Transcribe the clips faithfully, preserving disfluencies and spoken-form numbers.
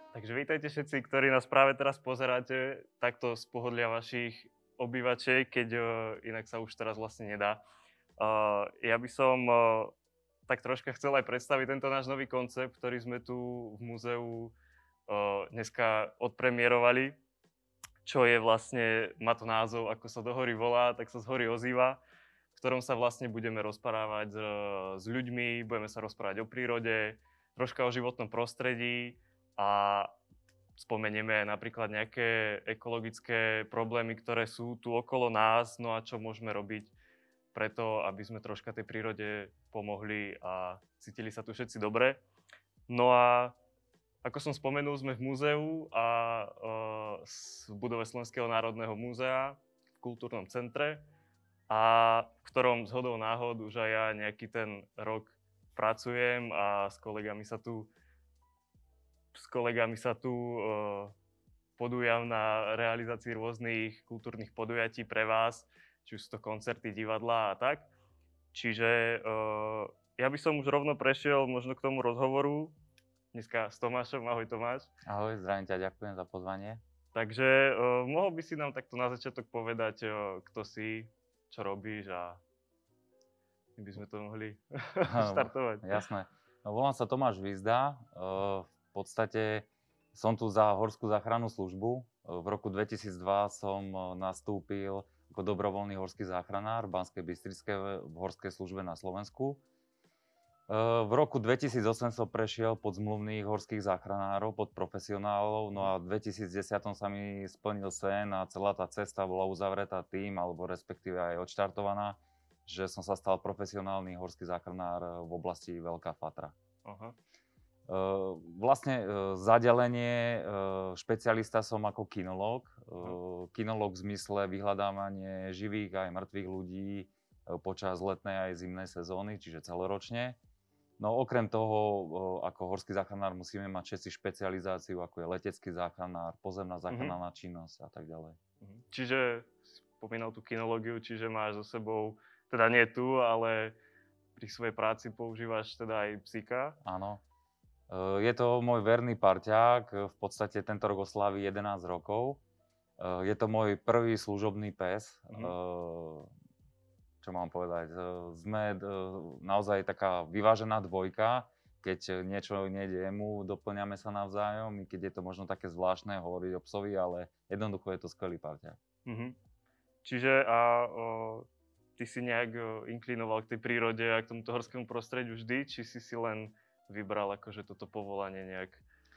Takže vítajte všetci, ktorí nás práve teraz pozeráte takto z pohodlia vašich obývačiek, keď uh, inak sa už teraz vlastne nedá. Uh, ja by som uh, tak troška chcel aj predstaviť tento náš nový koncept, ktorý sme tu v múzeu uh, dneska odpremierovali, čo je vlastne, má to názov, ako sa do hory volá, tak sa z hory ozýva, v ktorom sa vlastne budeme rozprávať s, s ľuďmi, budeme sa rozprávať o prírode, troška o životnom prostredí a spomenieme napríklad nejaké ekologické problémy, ktoré sú tu okolo nás, no a čo môžeme robiť preto, aby sme troška tej prírode pomohli a cítili sa tu všetci dobre. No a ako som spomenul, sme v múzeu a uh, v budove Slovenského národného múzea v kultúrnom centre, a v ktorom zhodou náhod už aj ja nejaký ten rok pracujem a s kolegami sa tu s kolegami sa tu uh, podujam na realizácii rôznych kultúrnych podujatí pre vás, či už sú to koncerty, divadlá a tak. Čiže uh, ja by som už rovno prešiel možno k tomu rozhovoru dneska s Tomášom. Ahoj Tomáš. Ahoj, zdravím ťa, ďakujem za pozvanie. Takže uh, mohol by si nám takto na začiatok povedať, uh, kto si, čo robíš, a my by sme to mohli štartovať. Jasné. No, volám sa Tomáš Vizda. Uh, v podstate som tu za Horskú záchrannú službu. V roku dvetisícdva som nastúpil ako dobrovoľný horský záchranár v Banskej Bystrickej v horskej službe na Slovensku. V roku dvetisícosem som prešiel pod zmluvných horských záchranárov, pod profesionálov, no a v dvetisícdesať sa mi splnil sen a celá tá cesta bola uzavretá tým, alebo respektíve aj odštartovaná, že som sa stal profesionálny horský záchranár v oblasti Veľká Fatra. Aha. Vlastne zadelenie špecialista som ako kinológ. Kinológ v zmysle vyhľadávanie živých aj mŕtvych ľudí počas letnej aj zimnej sezóny, čiže celoročne. No okrem toho, ako horský záchranár musíme mať všetci špecializáciu, ako je letecký záchranár, pozemná záchranná mm-hmm. činnosť a tak ďalej. Čiže spomínal tú kinológiu, čiže máš so sebou, teda nie tu, ale pri svojej práci používaš teda aj psíka? Áno. Je to môj verný parťák, v podstate tento rok oslávi jedenásť rokov. Je to môj prvý služobný pes. Mm-hmm. Čo mám povedať? Sme naozaj taká vyvážená dvojka. Keď niečo nejde jemu, doplňame sa navzájom. I keď je to možno také zvláštne hovoriť o psovi, ale jednoducho je to skvelý parťák. Mm-hmm. Čiže a o, ty si nejak inklinoval k tej prírode a k tomuto horskému prostrediu vždy? Či si si len vybral akože toto povolanie nejak?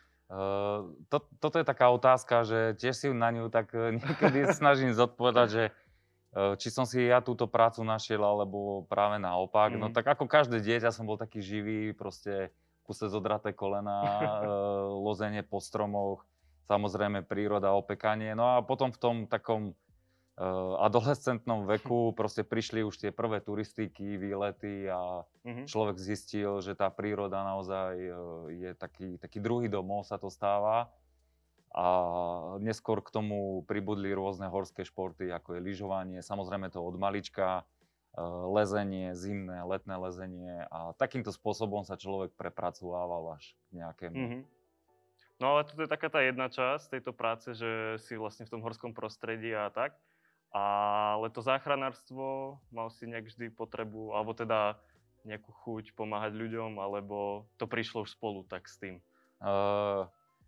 Uh, to, toto je taká otázka, že tiež si na ňu tak niekedy snažím zodpovedať, že uh, či som si ja túto prácu našiel, alebo práve naopak. Mm. No tak ako každé dieťa som bol taký živý, proste kuse zodraté kolena, uh, lozenie po stromoch, samozrejme príroda, opekanie. No a potom v tom takom Uh, adolescentnom veku proste prišli už tie prvé turistiky, výlety a mm-hmm. človek zistil, že tá príroda naozaj uh, je taký, taký druhý domov, sa to stáva. A neskôr k tomu pribudli rôzne horské športy, ako je lyžovanie, samozrejme to od malička, uh, lezenie, zimné, letné lezenie, a takýmto spôsobom sa človek prepracovával až k nejakému. Mm-hmm. No ale toto je taká tá jedna časť tejto práce, že si vlastne v tom horskom prostredí a tak. Ale to záchranárstvo, mal si nejak vždy potrebu, alebo teda nejakú chuť pomáhať ľuďom, alebo to prišlo už spolu tak s tým? Uh,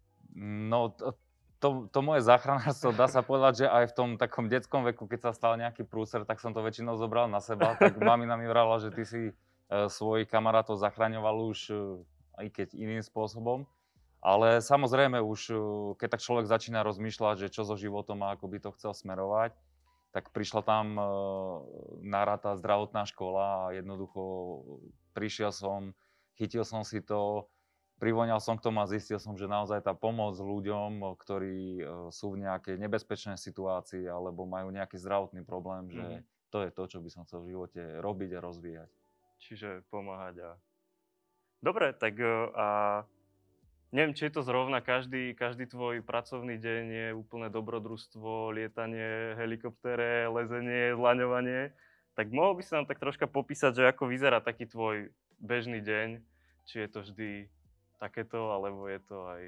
no, to, to, to moje záchranárstvo, dá sa povedať, že aj v tom takom detskom veku, keď sa stal nejaký prúser, tak som to väčšinou zobral na seba. Tak mamina mi vrala, že ty si uh, svojich kamarátov zachraňoval už uh, aj keď iným spôsobom. Ale samozrejme už, uh, keď tak človek začína rozmýšľať, že čo so životom a ako by to chcel smerovať, tak prišla tam e, naráta zdravotná škola a jednoducho prišiel som, chytil som si to, privoňal som k tomu a zistil som, že naozaj tá pomoc ľuďom, ktorí e, sú v nejakej nebezpečnej situácii alebo majú nejaký zdravotný problém, že mm. to je to, čo by som chcel v živote robiť a rozvíjať. Čiže pomáhať a... Dobre, tak a... Neviem, či je to zrovna každý, každý tvoj pracovný deň je úplné dobrodružstvo, lietanie, helikoptere, lezenie, zlaňovanie. Tak mohol by si nám tak troška popísať, že ako vyzerá taký tvoj bežný deň? Či je to vždy takéto, alebo je to aj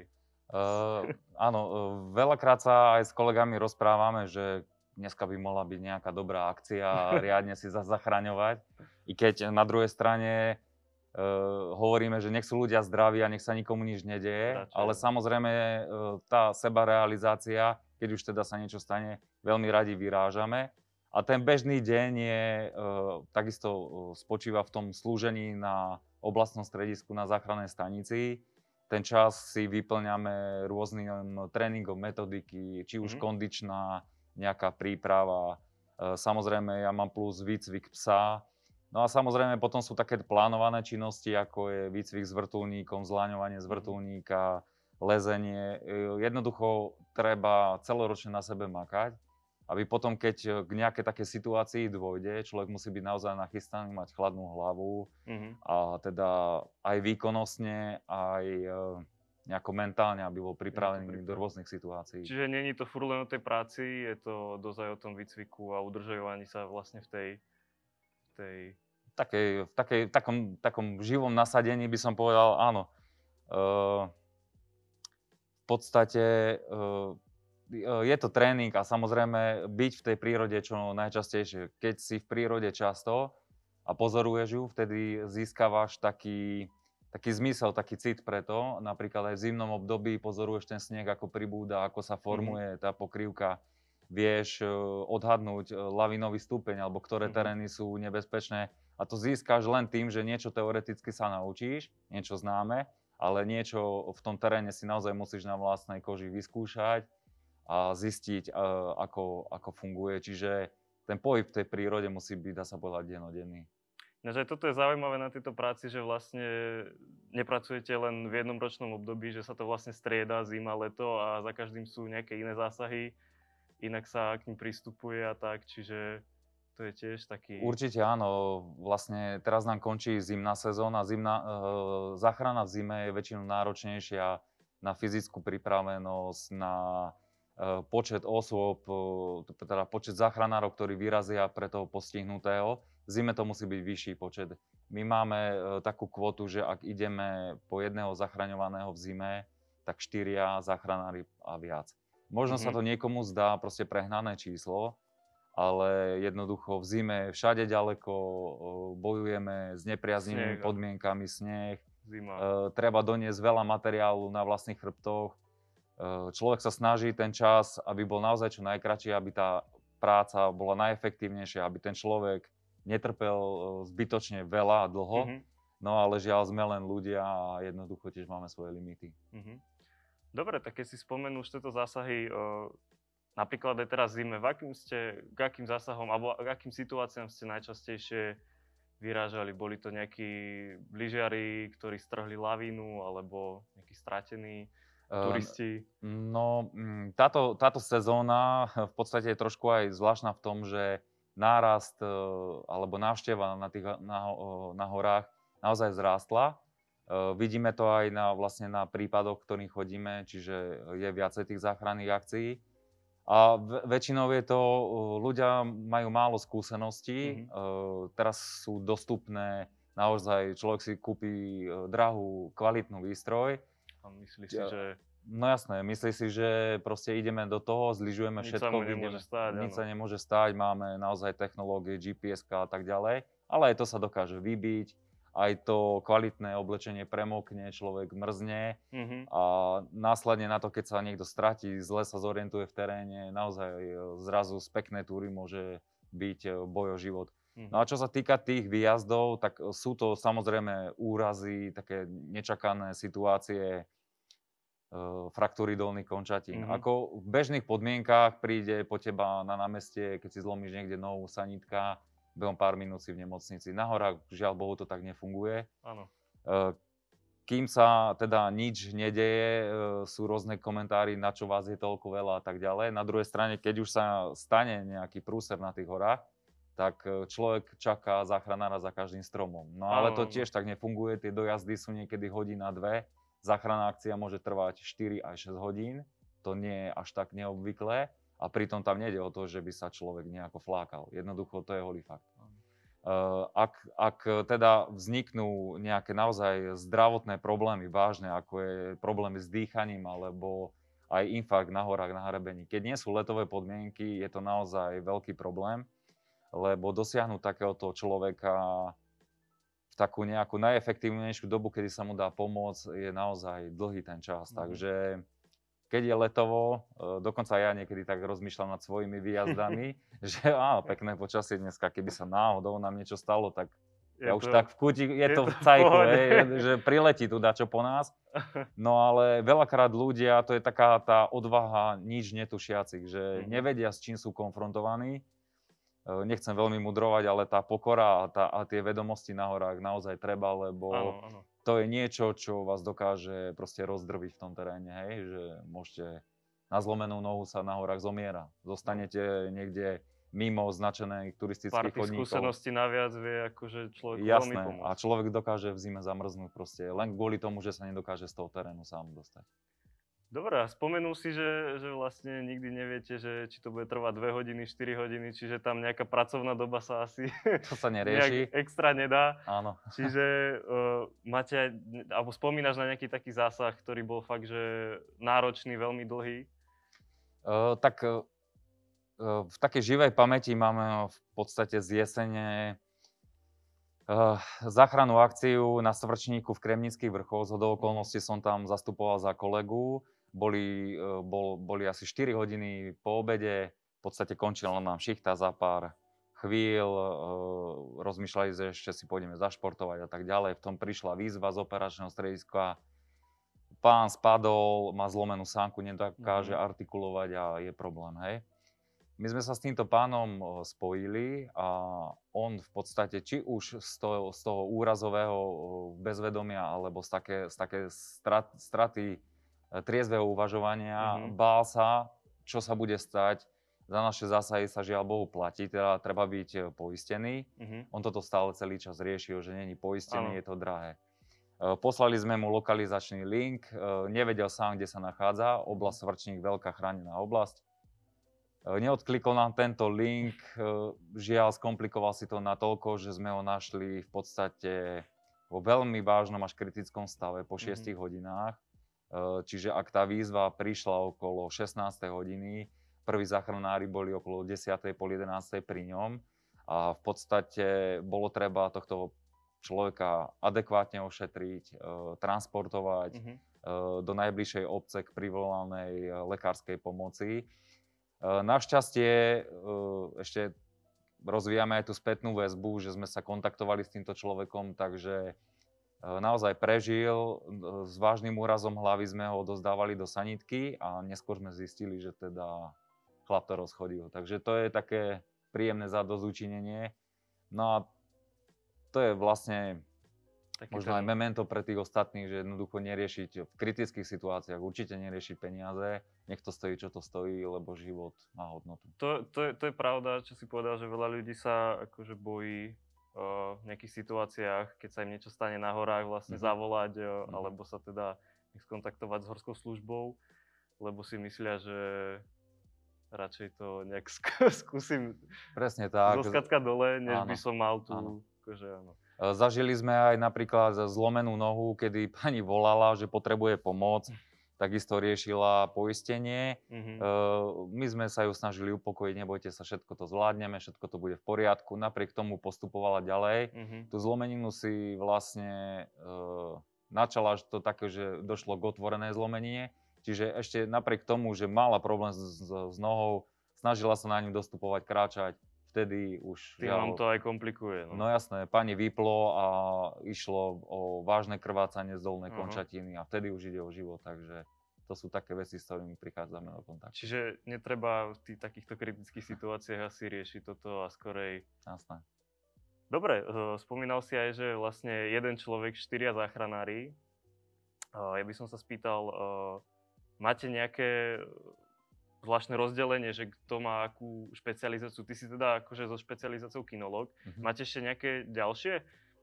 Uh, áno, uh, veľakrát sa aj s kolegami rozprávame, že dneska by mohla byť nejaká dobrá akcia a riadne si za- zachraňovať. I keď na druhej strane uh, hovoríme, že nech sú ľudia zdraví a nech sa nikomu nič nedeje, Radšej, ale no. samozrejme uh, tá sebarealizácia, keď už teda sa niečo stane, veľmi radi vyrážame. A ten bežný deň je, uh, takisto uh, spočíva v tom slúžení na oblastnom stredisku na záchrannej stanici. Ten čas si vyplňame rôznym tréningom metodiky, či už Mhm. kondičná, nejaká príprava. E, Samozrejme, ja mám plus výcvik psa. No a samozrejme potom sú také plánované činnosti, ako je výcvik s vrtuľníkom, zláňovanie z Mhm. vrtuľníka, lezenie. E, Jednoducho treba celoročne na sebe makať, aby potom, keď k nejakej takej situácii dôjde, človek musí byť naozaj nachystaný, mať chladnú hlavu, Mhm. a teda aj výkonnostne, aj e, nejako mentálne, aby bol pripravený do pripravený. rôznych situácií. Čiže není to furt len o tej práci, je to dosť aj o tom výcviku a udržovaní sa vlastne v tej, v tej... Takej, v takej, takom, takom živom nasadení by som povedal, áno. E, v podstate e, je to tréning a samozrejme byť v tej prírode čo najčastejšie. Keď si v prírode často a pozoruješ ju, vtedy získavaš taký, taký zmysel, taký cit pre to. Napríklad aj v zimnom období pozoruješ ten sneh, ako pribúda, ako sa formuje tá pokrývka. Vieš e, odhadnúť e, lavinový stupeň, alebo ktoré Mhm. terény sú nebezpečné. A to získaš len tým, že niečo teoreticky sa naučíš, niečo známe, ale niečo v tom teréne si naozaj musíš na vlastnej koži vyskúšať a zistiť, uh, ako, ako funguje. Čiže ten pohyb v tej prírode musí byť, dá sa povedať, dennodenný. Ináč aj toto je zaujímavé na tejto práci, že vlastne nepracujete len v jednom ročnom období, že sa to vlastne strieda zima, leto a za každým sú nejaké iné zásahy, inak sa k nim pristupuje a tak, čiže to je tiež taký... Určite áno. Vlastne teraz nám končí zimná sezóna. Zimná, uh, záchrana v zime je väčšinou náročnejšia na fyzickú pripravenosť, na uh, počet osôb, uh, teda počet záchranárov, ktorí vyrazia pre toho postihnutého. V zime to musí byť vyšší počet. My máme uh, takú kvotu, že ak ideme po jedného zachraňovaného v zime, tak štyria záchranári a viac. Možno sa Mhm. to niekomu zdá proste prehnané číslo, ale jednoducho v zime všade ďaleko o, bojujeme s nepriaznivými Sneh a podmienkami, sneh, zima. e, treba doniesť veľa materiálu na vlastných chrbtoch. E, človek sa snaží ten čas, aby bol naozaj čo najkratší, aby tá práca bola najefektívnejšia, aby ten človek netrpel e, zbytočne veľa a dlho. Mhm. No ale žiaľ sme len ľudia a jednoducho tiež máme svoje limity. Mhm. Dobre, tak keď si spomenul už tieto zásahy, o, napríklad aj teraz v zime, v akým ste, k akým zásahom alebo k akým situáciám ste najčastejšie vyrážali? Boli to nejakí lyžiari, ktorí strhli lavínu, alebo nejakí stratení E, turisti? No, mm, táto, táto sezóna v podstate je trošku aj zvláštna v tom, že nárast e, alebo návšteva na, tých, na, o, na horách naozaj vzrástla. E, Vidíme to aj na, vlastne na prípadoch, ktorých chodíme, čiže je viacej tých záchranných akcií. A v, väčšinou je to, e, ľudia majú málo skúseností, Mhm. e, teraz sú dostupné, naozaj človek si kúpi e, drahú, kvalitnú výstroj. A myslí si, Ja- že No jasné, myslí si, že proste ideme do toho, zlyžujeme nič sa všetko, mu nemôže vidíme, stáť, nič áno. sa nemôže stať, máme naozaj technológie, G P S a tak ďalej, ale aj to sa dokáže vybiť, aj to kvalitné oblečenie premokne, človek mrzne Mhm. a následne na to, keď sa niekto stratí, zle sa zorientuje v teréne, naozaj e, zrazu z peknej túry môže byť e, boj o život. Mhm. No a čo sa týka tých výjazdov, tak sú to samozrejme úrazy, také nečakané situácie, fraktúry dolných končatín. Mhm. Ako v bežných podmienkách príde po teba na námestie, keď si zlomíš niekde nohu, sanitka, behom pár minút si v nemocnici. Na horách, žiaľ Bohu, to tak nefunguje. Áno. E, Kým sa teda nič nedeje, e, sú rôzne komentári, na čo vás je toľko veľa a tak ďalej. Na druhej strane, keď už sa stane nejaký prúser na tých horách, tak e, človek čaká záchranára za každým stromom. No ale Áno, to áno. tiež tak nefunguje, tie dojazdy sú niekedy hodina, dve. Záchranná akcia môže trvať štyri až šesť hodín, to nie je až tak neobvyklé a pritom tam nejde o to, že by sa človek nejako flákal. Jednoducho to je holý fakt. Ak, ak teda vzniknú nejaké naozaj zdravotné problémy vážne, ako je problémy s dýchaním alebo aj infarkt na horách, na hrebení. Keď nie sú letové podmienky, je to naozaj veľký problém, lebo dosiahnuť takéhoto človeka v takú nejakú najefektívnejšiu dobu, kedy sa mu dá pomôcť, je naozaj dlhý ten čas. Mm. Takže keď je letovo, dokonca ja niekedy tak rozmýšľam nad svojimi výjazdami, že á, pekné počasie dneska, keby sa náhodou nám niečo stalo, tak je ja to, už tak v kúti, je, je to v cajku, hej, že priletí tu dačo po nás. No ale veľakrát ľudia, to je taká tá odvaha nič netušiacich, že mm-hmm. nevedia, s čím sú konfrontovaní. Nechcem veľmi mudrovať, ale tá pokora a, tá, a tie vedomosti na horách naozaj treba, lebo áno, áno. to je niečo, čo vás dokáže proste rozdrviť v tom teréne, hej, že môžete na zlomenú nohu sa na horách zomiera. Zostanete niekde mimo značených turistických chodníkov. Pár tých skúseností naviac vie akože človek veľmi pomôcť. A človek dokáže v zime zamrznúť proste len kvôli tomu, že sa nedokáže z toho terénu sám dostať. Dobre, a spomenul si, že, že vlastne nikdy neviete, že či to bude trvať dve hodiny, štyri hodiny, čiže tam nejaká pracovná doba sa asi to sa nerieši. extra nedá. Áno. Čiže uh, máte, alebo spomínaš na nejaký taký zásah, ktorý bol fakt, že náročný, veľmi dlhý? Uh, tak uh, v takej živej pamäti máme v podstate z jesene uh, záchrannú akciu na Svrčníku v Kremnických vrchoch. Zhodou okolností som tam zastupoval za kolegu. Boli, uh, bol, boli asi štyri hodiny po obede. V podstate končila nám šichta za pár chvíľ. Uh, rozmýšľali, že ešte si pôjdeme zašportovať a tak ďalej. V tom prišla výzva z operačného strediska. Pán spadol, má zlomenú sánku, nedokáže mm. artikulovať a je problém, hej. My sme sa s týmto pánom spojili a on v podstate, či už z toho, z toho úrazového bezvedomia, alebo z také, z také strat, straty triezveho uvažovania, mm-hmm. bál sa, čo sa bude stať. Za naše zásahy sa žiaľ Bohu platí, teda treba byť poistený. Mm-hmm. On toto stále celý čas riešil, že není poistený, ano. Je to drahé. Poslali sme mu lokalizačný link, nevedel sám, kde sa nachádza, oblasť Svrčník, veľká chránená oblasť. Neodklikol nám tento link, žiaľ skomplikoval si to natoľko, že sme ho našli v podstate vo veľmi vážnom až kritickom stave po šiestich mm-hmm. hodinách. Čiže ak tá výzva prišla okolo šestnástej hodiny, prví záchranári boli okolo desiatej, pol jedenástej pri ňom a v podstate bolo treba tohto človeka adekvátne ošetriť, transportovať mm-hmm. do najbližšej obce k privolanej lekárskej pomoci. Našťastie ešte rozvíjame aj tú spätnú väzbu, že sme sa kontaktovali s týmto človekom, takže naozaj prežil. S vážnym úrazom hlavy sme ho dozdávali do sanitky a neskôr sme zistili, že teda chlap to rozchodil. Takže to je také príjemné zadosťučinenie. No a to je vlastne taký možno ten... aj memento pre tých ostatných, že jednoducho neriešiť v kritických situáciách, určite neriešiť peniaze, nech to stojí, čo to stojí, lebo život má hodnotu. To, to, je, to je pravda, čo si povedal, že veľa ľudí sa akože bojí uh, v nejakých situáciách, keď sa im niečo stane na horách, vlastne mm-hmm. zavolať, uh, mm-hmm. alebo sa teda skontaktovať s horskou službou, lebo si myslia, že radšej to nejak skúsim presne tak. Zoskackať dole, než áno. by som mal tu, áno. akože áno. Zažili sme aj napríklad zlomenú nohu, kedy pani volala, že potrebuje pomoc, takisto riešila poistenie. Mm-hmm. My sme sa ju snažili upokojiť, nebojte sa, všetko to zvládneme, všetko to bude v poriadku. Napriek tomu postupovala ďalej. Mm-hmm. Tú zlomeninu si vlastne e, načala, že to také, že došlo k otvorenej zlomenine. Čiže ešte napriek tomu, že mala problém s, s, s nohou, snažila sa na ňu dostupovať, kráčať. Vtedy už... Tým vám to aj komplikuje. No. no jasné, pani vyplo a išlo o vážne krvácanie z dolnej uh-huh. končatiny a vtedy už ide o život, takže to sú také veci, s ktorými prichádzame do kontaktu. Čiže netreba v tých takýchto kritických situáciách asi riešiť toto a skorej... Jasné. Dobre, spomínal si aj, že vlastne jeden človek, štyria záchranári. Ja by som sa spýtal, máte nejaké zvláštne rozdelenie, že kto má akú špecializáciu. Ty si teda akože so špecializáciou kinológ. Mm-hmm. Máte ešte nejaké ďalšie?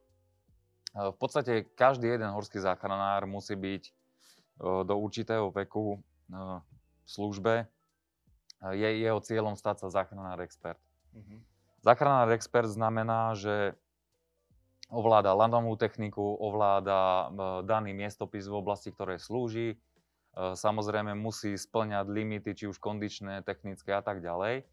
V podstate každý jeden horský záchranár musí byť do určitého veku v službe. Je jeho cieľom stať sa záchranár expert. Mm-hmm. Záchranár expert znamená, že ovláda lanovú techniku, ovláda daný miestopis v oblasti, ktorej slúži. Samozrejme musí spĺňať limity, či už kondičné, technické a tak ďalej.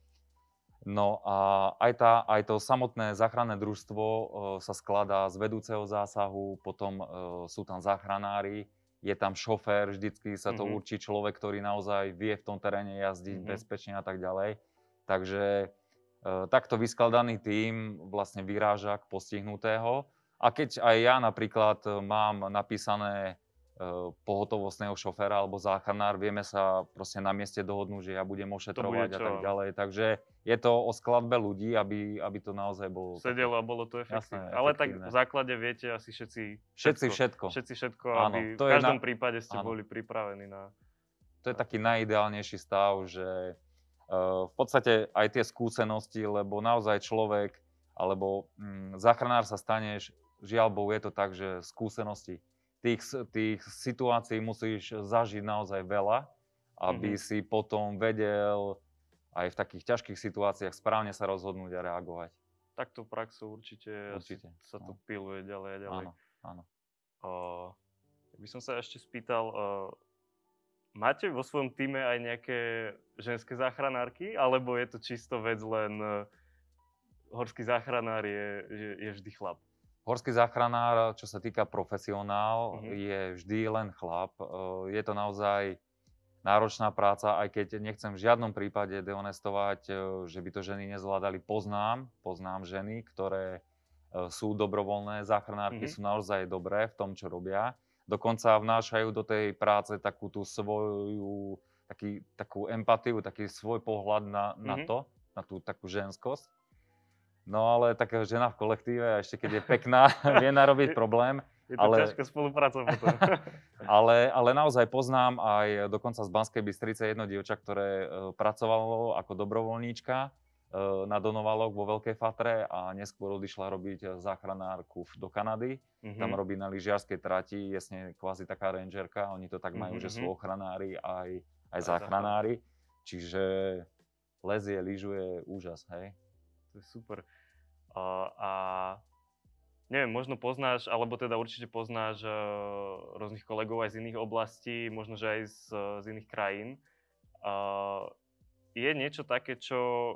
No a aj, tá, aj to samotné záchranné družstvo sa skladá z vedúceho zásahu, potom sú tam záchranári, je tam šofér, vždycky sa to mm-hmm. určí človek, ktorý naozaj vie v tom teréne jazdiť mm-hmm. bezpečne a tak ďalej. Takže e, takto vyskladaný tím vlastne vyráža k postihnutého. A keď aj ja napríklad mám napísané e, pohotovostného šoféra alebo záchranár, vieme sa proste na mieste dohodnúť, že ja budem ošetrovať a tak ďalej. Takže je to o skladbe ľudí, aby, aby to naozaj bolo... Sedelo a bolo to efektívne. Jasné, Ale efektívne. Tak v základe viete asi všetci všetko. Všetci všetko. Všetci všetko, áno, aby v každom na... prípade ste áno. boli pripravení na... To je taký najideálnejší stav, že uh, v podstate aj tie skúsenosti, lebo naozaj človek, alebo mm, záchranár sa staneš, žiaľ Bohu, je to tak, že skúsenosti, tých, tých situácií musíš zažiť naozaj veľa, aby mm-hmm. si potom vedel aj v takých ťažkých situáciách správne sa rozhodnúť a reagovať. Takto praxou určite, určite. sa to no. piluje ďalej a ďalej. Áno, áno. Uh, by som sa ešte spýtal, uh, máte vo svojom týme aj nejaké ženské záchranárky, alebo je to čisto vec len uh, horský záchranár je, je, je vždy chlap? Horský záchranár, čo sa týka profesionál, uh-huh. je vždy len chlap. Uh, je to naozaj náročná práca, aj keď nechcem v žiadnom prípade dehonestovať, že by to ženy nezvládali. Poznám, poznám ženy, ktoré sú dobrovoľné záchranárky, mm-hmm. sú naozaj dobré v tom, čo robia. Dokonca vnášajú do tej práce takú tú svoju, taký, takú empatiu, taký svoj pohľad na, mm-hmm. na to, na tú takú ženskosť. No ale taká žena v kolektíve, ešte keď je pekná, vie narobiť problém. Je to ale... ťažká spolupráca potom. ale, ale naozaj poznám aj dokonca z Banskej Bystrice jedno dievča, ktoré e, pracovalo ako dobrovoľníčka e, na Donovaloch vo Veľkej Fatre a neskôr odišla robiť záchranárku do Kanady. Mm-hmm. Tam robí na lyžiarskej trati, jasne kvázi taká rangerka, oni to tak majú, mm-hmm. že sú ochranári aj, aj záchranári. Čiže lezie, lyžuje, úžas, hej. To je super. Uh, a neviem, možno poznáš, alebo teda určite poznáš uh, rôznych kolegov aj z iných oblastí, možno, že aj z, z iných krajín. Uh, je niečo také, čo,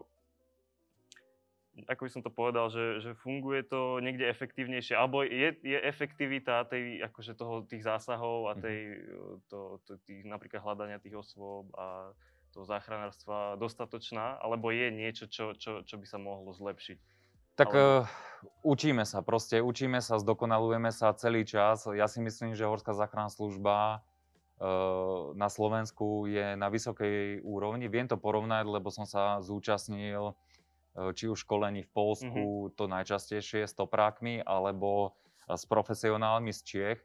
ako by som to povedal, že, že funguje to niekde efektívnejšie, alebo je, je efektivita tej, akože toho, tých zásahov a tej, to, to, tých, napríklad hľadania tých osôb a toho záchranárstva dostatočná, alebo je niečo, čo, čo, čo by sa mohlo zlepšiť? Tak uh, učíme sa, proste učíme sa, zdokonalujeme sa celý čas. Ja si myslím, že Horská záchranná služba uh, na Slovensku je na vysokej úrovni. Viem to porovnať, lebo som sa zúčastnil uh, či už školení v Poľsku, mm-hmm. to najčastejšie s toprákmi, alebo uh, s profesionálmi z Čiech.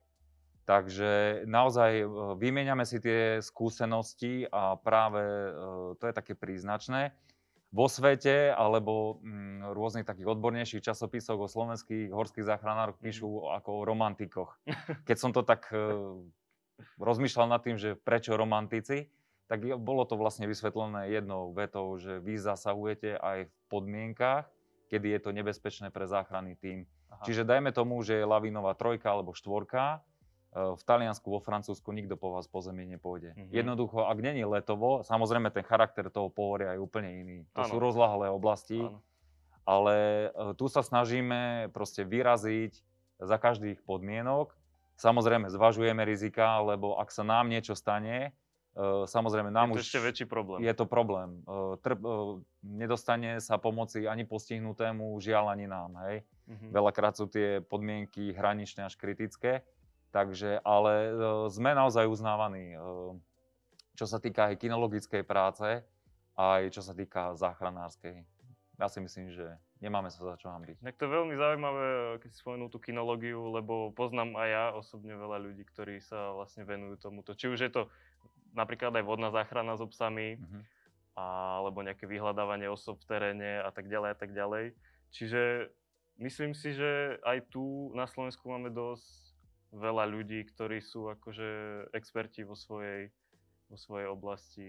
Takže naozaj uh, vymieňame si tie skúsenosti a práve uh, to je také príznačné. Vo svete alebo mm, rôznych takých odbornejších časopisoch o slovenských horských záchranároch píšu ako o romantikoch. Keď som to tak e, rozmýšľal nad tým, že prečo romantici, tak bolo to vlastne vysvetlené jednou vetou, že vy zasahujete aj v podmienkach, kedy je to nebezpečné pre záchranný tím. Aha. Čiže dajme tomu, že je lavínová trojka alebo štvorka, v Taliansku, vo Francúzsku nikto po vás po zemi nepôjde. Mm-hmm. Jednoducho, ak není letovo, samozrejme ten charakter toho pohoria je úplne iný. To ano. Sú rozľahlé oblasti, ano. Ale tu sa snažíme proste vyraziť za každých podmienok. Samozrejme, zvažujeme rizika, lebo ak sa nám niečo stane, samozrejme nám je to už ešte väčší problém. Je to problém. Trp, nedostane sa pomoci ani postihnutému, žiaľ ani nám. Hej? Mm-hmm. Veľakrát sú tie podmienky hraničné až kritické. Takže, ale e, sme naozaj uznávaní, e, čo sa týka aj kinologickej práce, aj čo sa týka záchranárskej. Ja si myslím, že nemáme sa za čo hanbiť. Tak to je veľmi zaujímavé, keď si spomenul tú kinológiu, lebo poznám aj ja osobne veľa ľudí, ktorí sa vlastne venujú tomuto. Či už je to napríklad aj vodná záchrana s obsami, mm-hmm. alebo nejaké vyhľadávanie osob v teréne a tak ďalej a tak ďalej. Čiže myslím si, že aj tu na Slovensku máme dosť veľa ľudí, ktorí sú akože experti vo svojej, vo svojej oblasti.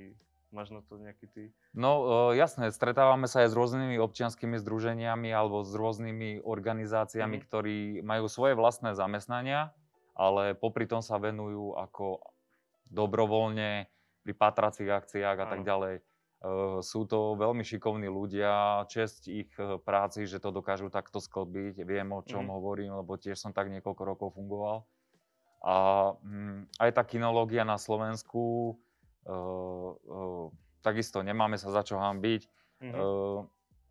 Máš na to nejaký ty? No uh, jasné, stretávame sa aj s rôznymi občianskými združeniami alebo s rôznymi organizáciami, Mhm. ktorí majú svoje vlastné zamestnania, ale popri tom sa venujú ako dobrovoľne pri pátracích akciách a tak Áno. ďalej. Uh, sú to veľmi šikovní ľudia, česť ich uh, práci, že to dokážu takto sklbiť. Viem, o čom Mhm. hovorím, lebo tiež som tak niekoľko rokov fungoval. A mm, aj tá kinológia na Slovensku, uh, uh, takisto nemáme sa za čo hanbiť. Mhm. Uh,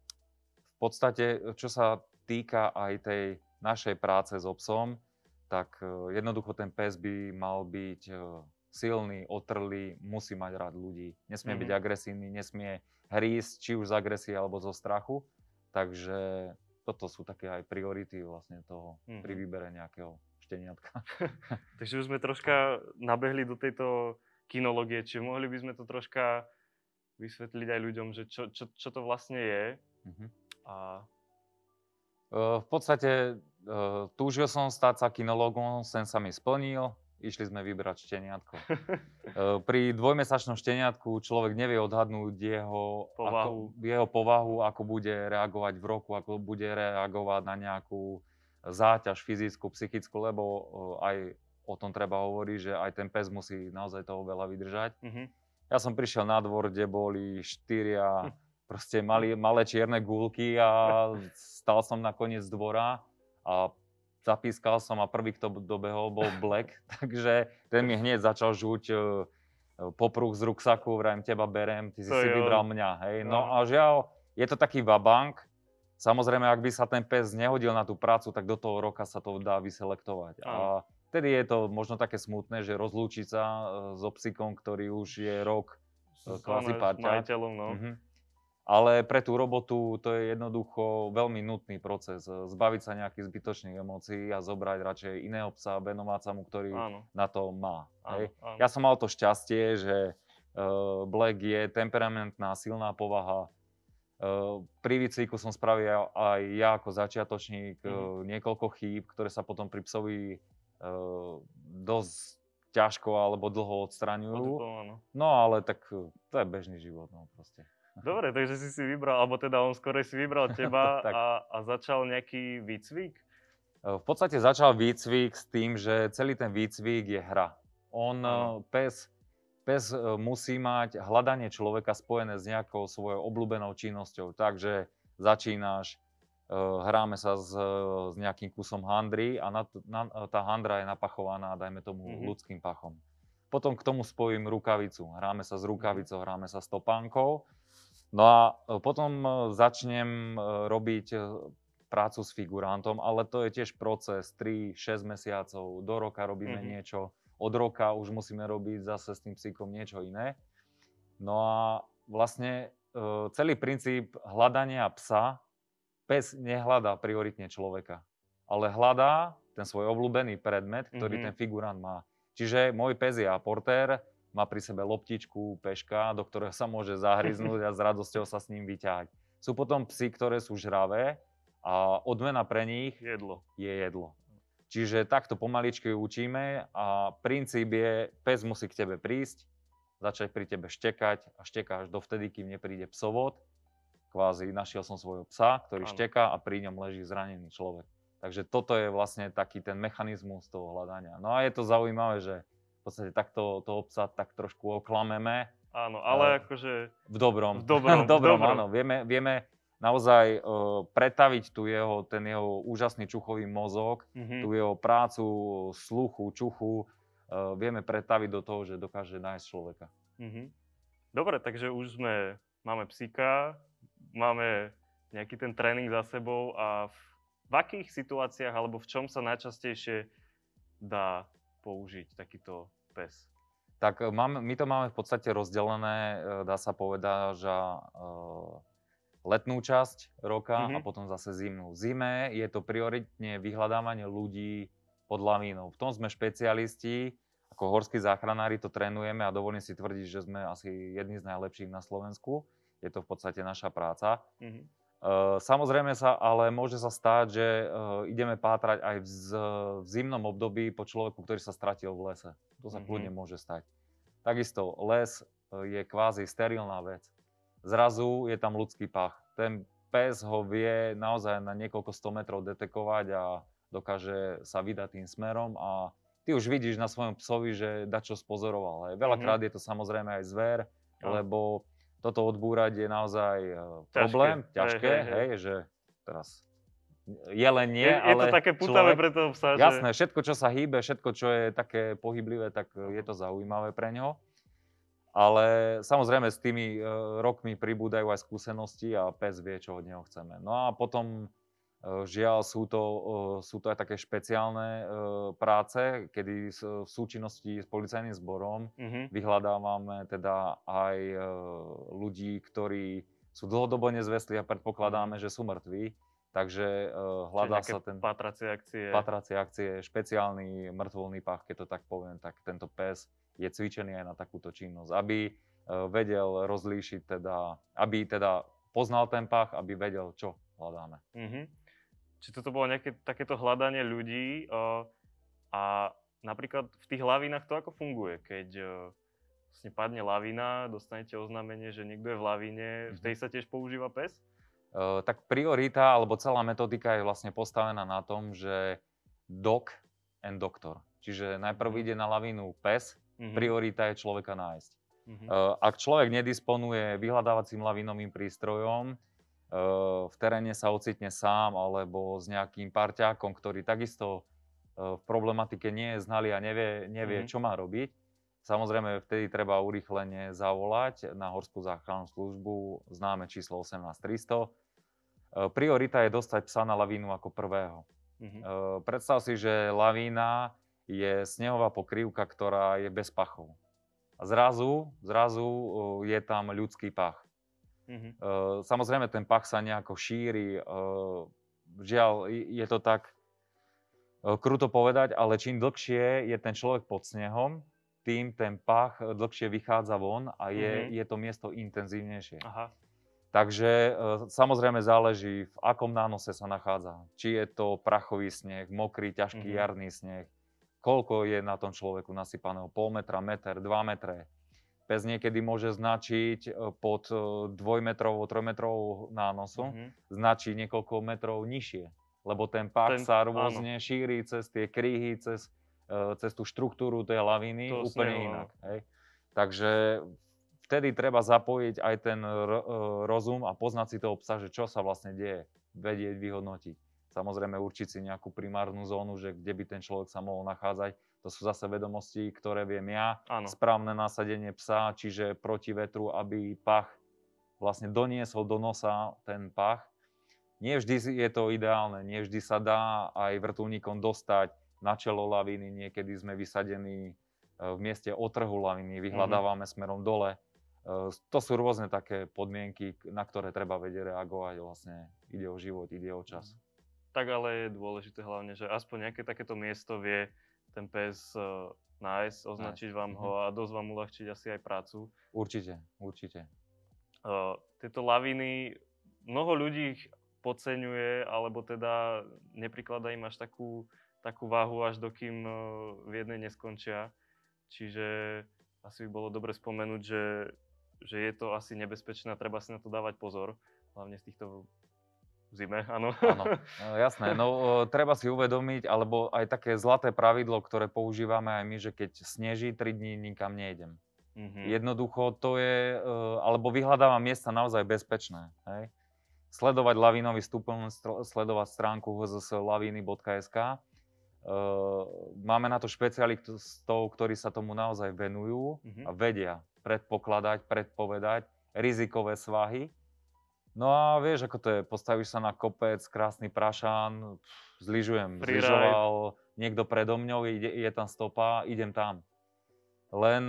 v podstate, čo sa týka aj tej našej práce s obsom, tak uh, jednoducho ten pes by mal byť uh, silný, otrlý, musí mať rád ľudí. Nesmie byť Mhm. agresívny, nesmie hrísť, či už z agresie alebo zo strachu. Takže toto sú také aj priority vlastne toho pri Mhm. výbere nejakého šteniatka. Takže už sme troška nabehli do tejto kinológie, čiže mohli by sme to troška vysvetliť aj ľuďom, že čo, čo, čo to vlastne je. Mhm. A Uh, v podstate uh, túžil som stať sa kinológom, sen sa mi splnil, išli sme vybrať šteniatko. Uh, pri dvojmesačnom šteniatku človek nevie odhadnúť jeho Povahu. Ako, jeho povahu, ako bude reagovať v roku, ako bude reagovať na nejakú záťaž fyzickú, psychickú, lebo uh, aj o tom treba hovoriť, že aj ten pes musí naozaj toho veľa vydržať. Mhm. Ja som prišiel na dvor, kde boli štyria proste mali, malé čierne gúlky a stal som na koniec dvora a zapískal som a prvý, kto dobehol, bol Black, takže ten mi hneď začal žuť uh, popruh z ruksaku, vrajím, teba berem, ty si To si je vybral on. mňa, hej. No Aha. a žiaľ, je to taký vabank. Samozrejme, ak by sa ten pes nehodil na tú prácu, tak do toho roka sa to dá vyselektovať. Áno. A vtedy je to možno také smutné, že rozlúčiť sa uh, so psíkom, ktorý už je rok uh, S, kvázi ono, s parťák. majiteľom, no. Mhm. Ale pre tú robotu to je jednoducho veľmi nutný proces. Zbaviť sa nejakých zbytočných emócií a zobrať radšej iného psa, venovať sa mu, ktorý Áno. na to má. Áno, Hej. áno. Ja som mal to šťastie, že uh, Black je temperamentná, silná povaha. Uh, pri výcviku som spravil aj ja ako začiatočník Mhm. uh, niekoľko chýb, ktoré sa potom pri psovi uh, dosť ťažko alebo dlho odstraňujú. Odpo- áno. No ale tak uh, to je bežný život, no proste. Dobre, takže si si vybral, alebo teda on skôr si vybral teba Tak. a, a začal nejaký výcvik? V podstate začal výcvik s tým, že celý ten výcvik je hra. On, Áno. pes, pes musí mať hľadanie človeka spojené s nejakou svojou obľúbenou činnosťou. Takže začínaš, hráme sa s, s nejakým kusom handry a na, na, tá handra je napachovaná, dajme tomu, Mhm. ľudským pachom. Potom k tomu spojím rukavicu. Hráme sa s rukavicou, hráme sa s topánkou. No a potom začnem robiť prácu s figurantom, ale to je tiež proces tri šesť mesiacov, do roka robíme Mhm. niečo, od roka už musíme robiť zase s tým psíkom niečo iné. No a vlastne celý princíp hľadania psa, pes nehľadá prioritne človeka, ale hľadá ten svoj obľúbený predmet, ktorý Mhm. ten figurant má. Čiže môj pes je aportér, má pri sebe loptičku, peška, do ktorého sa môže zahryznúť a s radosťou sa s ním vyťahať. Sú potom psi, ktoré sú žravé a odmena pre nich Jedlo. je jedlo. Čiže takto pomaličky učíme a princíp je, pes musí k tebe prísť, začať pri tebe štekať a šteká až dovtedy, kým nepríde psovod. Kvázi našiel som svojho psa, ktorý Áno. šteká a pri ňom leží zranený človek. Takže toto je vlastne taký ten mechanizmus toho hľadania. No a je to zaujímavé, že v podstate takto toho psa tak trošku oklameme. Áno, ale Uh, akože V dobrom. v dobrom, v v dobrom, dobrom. áno. Vieme, vieme naozaj uh, pretaviť tu jeho, ten jeho úžasný čuchový mozog, Mhm. tú jeho prácu, sluchu, čuchu, uh, vieme pretaviť do toho, že dokáže nájsť človeka. Mhm. Dobre, takže už sme, máme psíka, máme nejaký ten tréning za sebou a v, v akých situáciách alebo v čom sa najčastejšie dá použiť takýto pes? Tak máme, my to máme v podstate rozdelené, dá sa povedať, že uh, letnú časť roka Mhm. a potom zase zimnú. V zime je to prioritne vyhľadávanie ľudí pod lavínou. V tom sme špecialisti, ako horskí záchranári to trénujeme a dovolím si tvrdiť, že sme asi jedni z najlepších na Slovensku. Je to v podstate naša práca. Mhm. Uh, samozrejme sa, ale môže sa stáť, že uh, ideme pátrať aj v, z, v zimnom období po človeku, ktorý sa stratil v lese. To sa Mhm. kľudne môže stať. Takisto les, je kvázi sterilná vec. Zrazu je tam ľudský pach. Ten pes ho vie naozaj na niekoľko sto metrov detekovať a dokáže sa vydať tým smerom a ty už vidíš na svojom psovi, že dačo spozoroval. Hej. Veľakrát mm-hmm. je to samozrejme aj zver, no. lebo toto odbúrať je naozaj ťažké. problém, ťažké, hej, hej, hej. hej, že teraz jelen nie, je, ale je to také pútavé pre toho psa, že... Jasné, všetko, čo sa hýbe, všetko, čo je také pohyblivé, tak je to zaujímavé pre ňoho. Ale samozrejme s tými uh, rokmi pribúdajú aj skúsenosti a pes vie, čo od neho chceme. No a potom uh, žiaľ sú to, uh, sú to aj také špeciálne uh, práce, kedy s, v súčinnosti s policajným zborom mm-hmm. vyhľadávame teda aj uh, ľudí, ktorí sú dlhodobo nezvestli a predpokladáme, mm-hmm. že sú mŕtvi. Takže uh, hľadá sa ten... patracie akcie. Patracie akcie, špeciálny mŕtvolný pach, keď to tak poviem, tak tento pes je cvičený aj na takúto činnosť, aby uh, vedel rozlíšiť teda, aby teda poznal ten pach, aby vedel, čo hľadáme. Mm-hmm. Či toto bolo nejaké takéto hľadanie ľudí uh, a napríklad v tých lavinách to ako funguje, keď uh, vlastne padne lavina, dostanete oznámenie, že niekto je v lavíne, mm-hmm. v tej sa tiež používa pes? Uh, tak priorita, alebo celá metodika je vlastne postavená na tom, že dog and doctor. Čiže najprv ide na lavínu pes, mm-hmm. priorita je človeka nájsť. Mm-hmm. Uh, ak človek nedisponuje vyhľadávacím lavínovým prístrojom, uh, v teréne sa ocitne sám alebo s nejakým parťákom, ktorý takisto uh, v problematike nie je znalý a nevie, nevie mm-hmm. čo má robiť. Samozrejme, vtedy treba urýchlene zavolať na Horskú záchrannú službu, známe číslo osemnásť tristo. Priorita je dostať psa na lavínu ako prvého. Mm-hmm. Predstav si, že lavína je snehová pokrývka, ktorá je bez pachov. A zrazu, zrazu je tam ľudský pach. Mm-hmm. Samozrejme, ten pach sa nejako šíri. Žiaľ, je to tak kruto povedať, ale čím dlhšie je ten človek pod snehom, tým ten pach dlhšie vychádza von a je, mm-hmm. je to miesto intenzívnejšie. Aha. Takže e, samozrejme záleží, v akom nánose sa nachádza. Či je to prachový sneh, mokrý, ťažký mm-hmm. jarný sneh, koľko je na tom človeku nasypaného, pol metra, meter, dva metre. Pes niekedy môže značiť pod dvojmetrovou, trojmetrovou nánosu, mm-hmm. značí niekoľko metrov nižšie, lebo ten pach ten, sa rôzne áno. šíri cez tie kríhy, cez cez tú štruktúru tej lavíny to úplne snehu, inak. Hej. Takže vtedy treba zapojiť aj ten ro- rozum a poznať si toho psa, že čo sa vlastne deje, vedieť, vyhodnotiť. Samozrejme určiť si nejakú primárnu zónu, že kde by ten človek sa mohol nachádzať. To sú zase vedomosti, ktoré viem ja. Áno. Správne nasadenie psa, čiže proti vetru, aby pach vlastne doniesol do nosa ten pach. Nie vždy je to ideálne, nie vždy sa dá aj vrtuľníkom dostať na čelo lavíny, niekedy sme vysadení v mieste otrhu lavíny, vyhľadávame mm-hmm. smerom dole. To sú rôzne také podmienky, na ktoré treba vedieť reagovať. Vlastne ide o život, ide o čas. Tak ale je dôležité hlavne, že aspoň nejaké takéto miesto vie ten pes nájsť, označiť vám ho a dosť vám uľahčiť asi aj prácu. Určite, určite. Uh, tieto laviny, mnoho ľudí ich podceňuje, alebo teda neprikladá im až takú takú váhu, až dokým v jednej neskončia. Čiže asi by bolo dobre spomenúť, že, že je to asi nebezpečné a treba si na to dávať pozor. Hlavne v týchto zime, áno. Áno, jasné. No treba si uvedomiť, alebo aj také zlaté pravidlo, ktoré používame aj my, že keď sneží tri dní, nikam nejdem. Mm-hmm. Jednoducho to je, alebo vyhľadávam miesta naozaj bezpečné. Hej? Sledovať lavínový stupeň, sledovať stránku h z s laviny bodka es ká. Uh, máme na to špecialistov, ktorí sa tomu naozaj venujú mm-hmm. a vedia predpokladať, predpovedať rizikové svahy. No a vieš, ako to je, postavíš sa na kopec, krásny prašán, zlyžujem, zlyžoval niekto predo mňou, ide, je tam stopa, idem tam. Len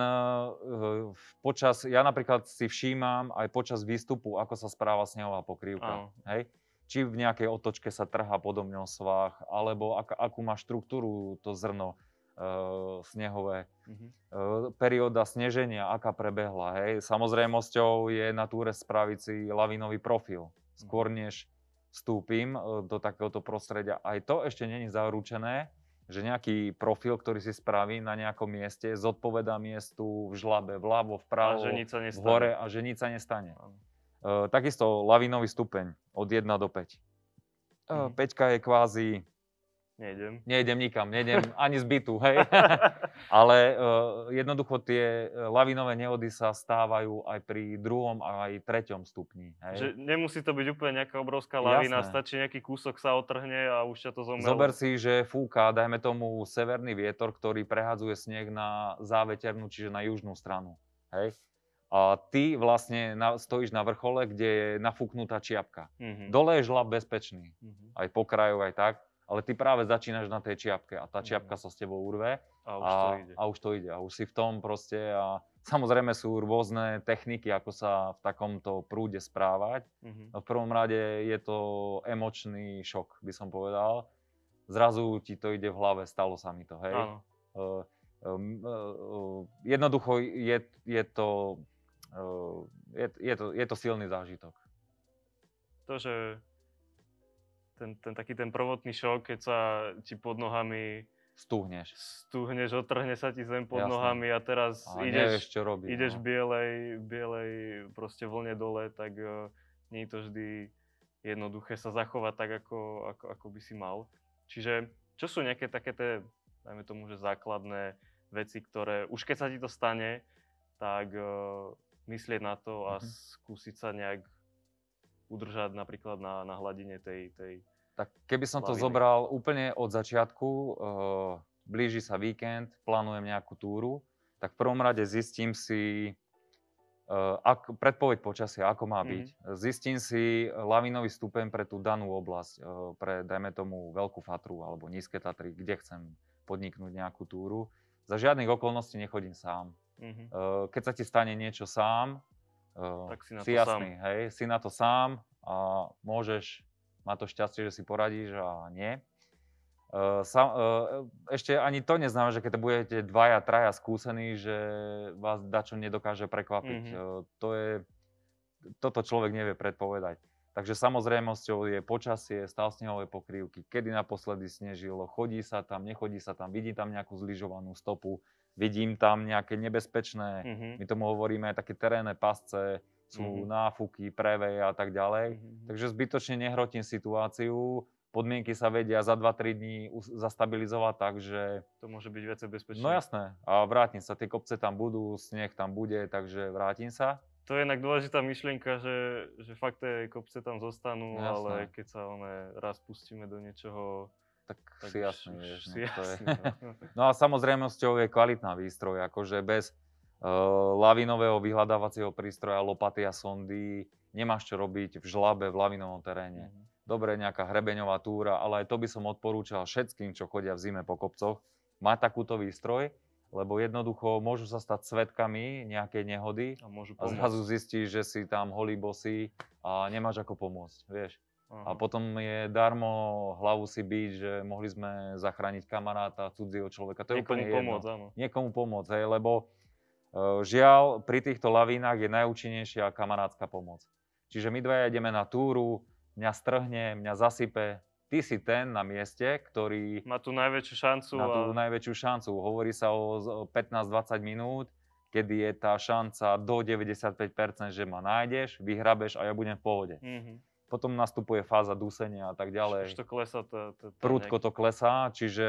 uh, počas, ja napríklad si všímam aj počas výstupu, ako sa správa snehová pokrývka. Hej? Či v nejakej otočke sa trhá podo mňou svah, alebo ak, akú má štruktúru to zrno e, snehové. Mm-hmm. E, perióda sneženia, aká prebehla. Hej. Samozrejmosťou je na túre spraviť si lavínový profil. Skôr než vstúpim do takéhoto prostredia. Aj to ešte nie je zaručené, že nejaký profil, ktorý si spraví na nejakom mieste, zodpovedá miestu v žlabe, vľavo, vpravo, A že nič sa v nestane. hore a že nič sa nestane. Áno. Uh, takisto lavinový stupeň od jeden do päť. Uh, Mhm. päťka je kvázi, Nejdem. nejdem nikam, nejdem ani z bytu, hej. Ale uh, jednoducho tie lavinové nehody sa stávajú aj pri druhom a aj treťom stupni, hej. Že nemusí to byť úplne nejaká obrovská lavína, Jasné. stačí nejaký kúsok sa otrhne a už ťa to zomelo. Zober si, že fúka, dajme tomu, severný vietor, ktorý prehadzuje sneh na záveternú, čiže na južnú stranu, hej. A ty vlastne na, stojíš na vrchole, kde je nafúknutá čiapka. Mhm. Dole je žlab bezpečný, Mhm. aj po kraju, aj tak, ale ty práve začínaš na tej čiapke a tá Mhm. čiapka sa s tebou urve A už a, to ide. a už to ide. A už si v tom proste a samozrejme sú rôzne techniky, ako sa v takomto prúde správať. Mhm. No v prvom rade je to emočný šok, by som povedal. Zrazu ti to ide v hlave, stalo sa mi to, hej. Áno. Uh, um, uh, jednoducho je, je to Uh, je, je, to, je to silný zážitok. To, že ten, ten taký ten prvotný šok, keď sa ti pod nohami Stúhneš. stúhneš, otrhne sa ti zem pod Jasné. nohami a teraz A ideš, nevieš, čo robiť. ideš no. v bielej, bielej proste vlne dole, tak uh, nie je to vždy jednoduché sa zachovať tak, ako, ako, ako by si mal. Čiže čo sú nejaké také tie, dajme tomu, že základné veci, ktoré už keď sa ti to stane, tak uh, myslieť na to a Mhm. skúsiť sa nejak udržať napríklad na, na hladine tej, tej... Tak keby som to laviny. zobral úplne od začiatku, uh, blíži sa víkend, plánujem nejakú túru, tak v prvom rade zistím si uh, ak, predpoveď počasia, ako má byť. Mhm. Zistím si lavinový stupeň pre tú danú oblasť, uh, pre, dajme tomu, Veľkú Fatru alebo Nízke Tatry, kde chcem podniknúť nejakú túru. Za žiadnych okolností nechodím sám. Mhm. Uh, keď sa ti stane niečo sám, uh, Tak si na si to jasný, hej, si na to sám a môžeš mať to šťastie, že si poradíš a nie. Uh, sa, uh, ešte ani to neznamená, že keď budete dvaja, traja skúsení, že vás dačo nedokáže prekvapiť. Mhm. Uh, to je, toto človek nevie predpovedať. Takže samozrejmosťou je počasie, stav snehové pokrývky, kedy naposledy snežilo, chodí sa tam, nechodí sa tam, vidím tam nejakú zlyžovanú stopu, vidím tam nejaké nebezpečné, Mhm. my tomu hovoríme aj také terénne pasce, sú Mhm. náfuky, preveje a tak ďalej. Mhm. Takže zbytočne nehrotím situáciu, podmienky sa vedia za dva tri dní us- zastabilizovať tak, že To môže byť viacej bezpečné. no jasné, a vrátim sa, tie kopce tam budú, sneh tam bude, takže vrátim sa. To je inak dôležitá myšlienka, že, že fakt tie kopce tam zostanú, No, jasné. ale keď sa one raz pustíme do niečoho, Tak, tak si už- jasný, už vieš. si No, to je. jasný, no. No a samozrejmosťou je kvalitná výstroj, akože bez uh, lavinového vyhľadávacieho prístroja, lopaty a sondy nemáš čo robiť v žlabe, v lavinovom teréne. Mhm. Dobre, nejaká hrebeňová túra, ale aj to by som odporúčal všetkým, čo chodia v zime po kopcoch, mať takúto výstroj, lebo jednoducho môžu sa stať svedkami nejakej nehody A môžu a pomôcť. zrazu zistíš, že si tam holý bosý a nemáš ako pomôcť, vieš. A Aha. potom je darmo hlavu si byť, že mohli sme zachrániť kamaráta, cudzieho človeka. To je Niekomu úplne jedno. pomôcť, áno. Niekomu pomôcť, hej, lebo uh, žiaľ, pri týchto lavínach je najúčinnejšia kamarátska pomoc. Čiže my dvaja ideme na túru, mňa strhne, mňa zasype, ty si ten na mieste, ktorý Má tu najväčšiu šancu na tú a najväčšiu šancu. Hovorí sa o pätnásť dvadsať minút, kedy je tá šanca do deväťdesiatpäť percent, že ma nájdeš, vyhrabeš a ja budem v pohode. Mhm. Potom nastupuje fáza dusenia a tak Už ďalej. to klesá. To, to, to Prudko to klesá, čiže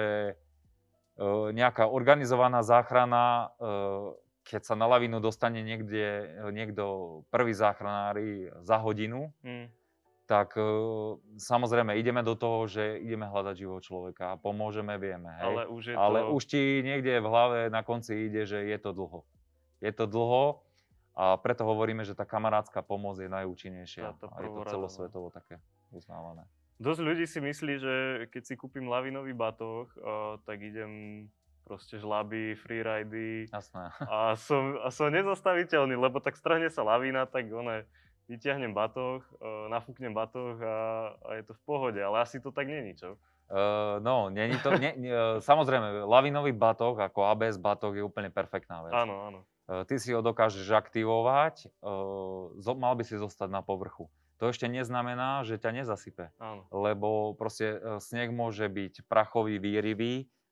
e, nejaká organizovaná záchrana, e, keď sa na lavínu dostane niekde, niekto, prví záchranári za hodinu, Mm. tak e, samozrejme ideme do toho, že ideme hľadať živého človeka a pomôžeme, vieme. Hej? Ale už je Ale to... už ti niekde v hlave na konci ide, že je to dlho. Je to dlho a preto hovoríme, že tá kamarátska pomoc je najúčinnejšia. Tá- tá A je to prvorada, no. celosvetovo také uznávané. Dosť ľudí si myslí, že keď si kúpim lavinový batoh, uh, tak idem proste žlaby, freeridy Jasné. a som, a som nezastaviteľný, lebo tak strhne sa lavína, tak one, vyťahnem batoh, uh, nafúknem batoh a, a je to v pohode, ale asi to tak není, čo? Uh, no, není to, ne, ne, samozrejme, lavinový batoh ako á bé es batoh je úplne perfektná vec. Áno, áno. Uh, ty si ho dokážeš aktivovať, uh, zo, mal by si zostať na povrchu. To ešte neznamená, že ťa nezasype, Áno. lebo proste uh, sneh môže byť prachový, výrivý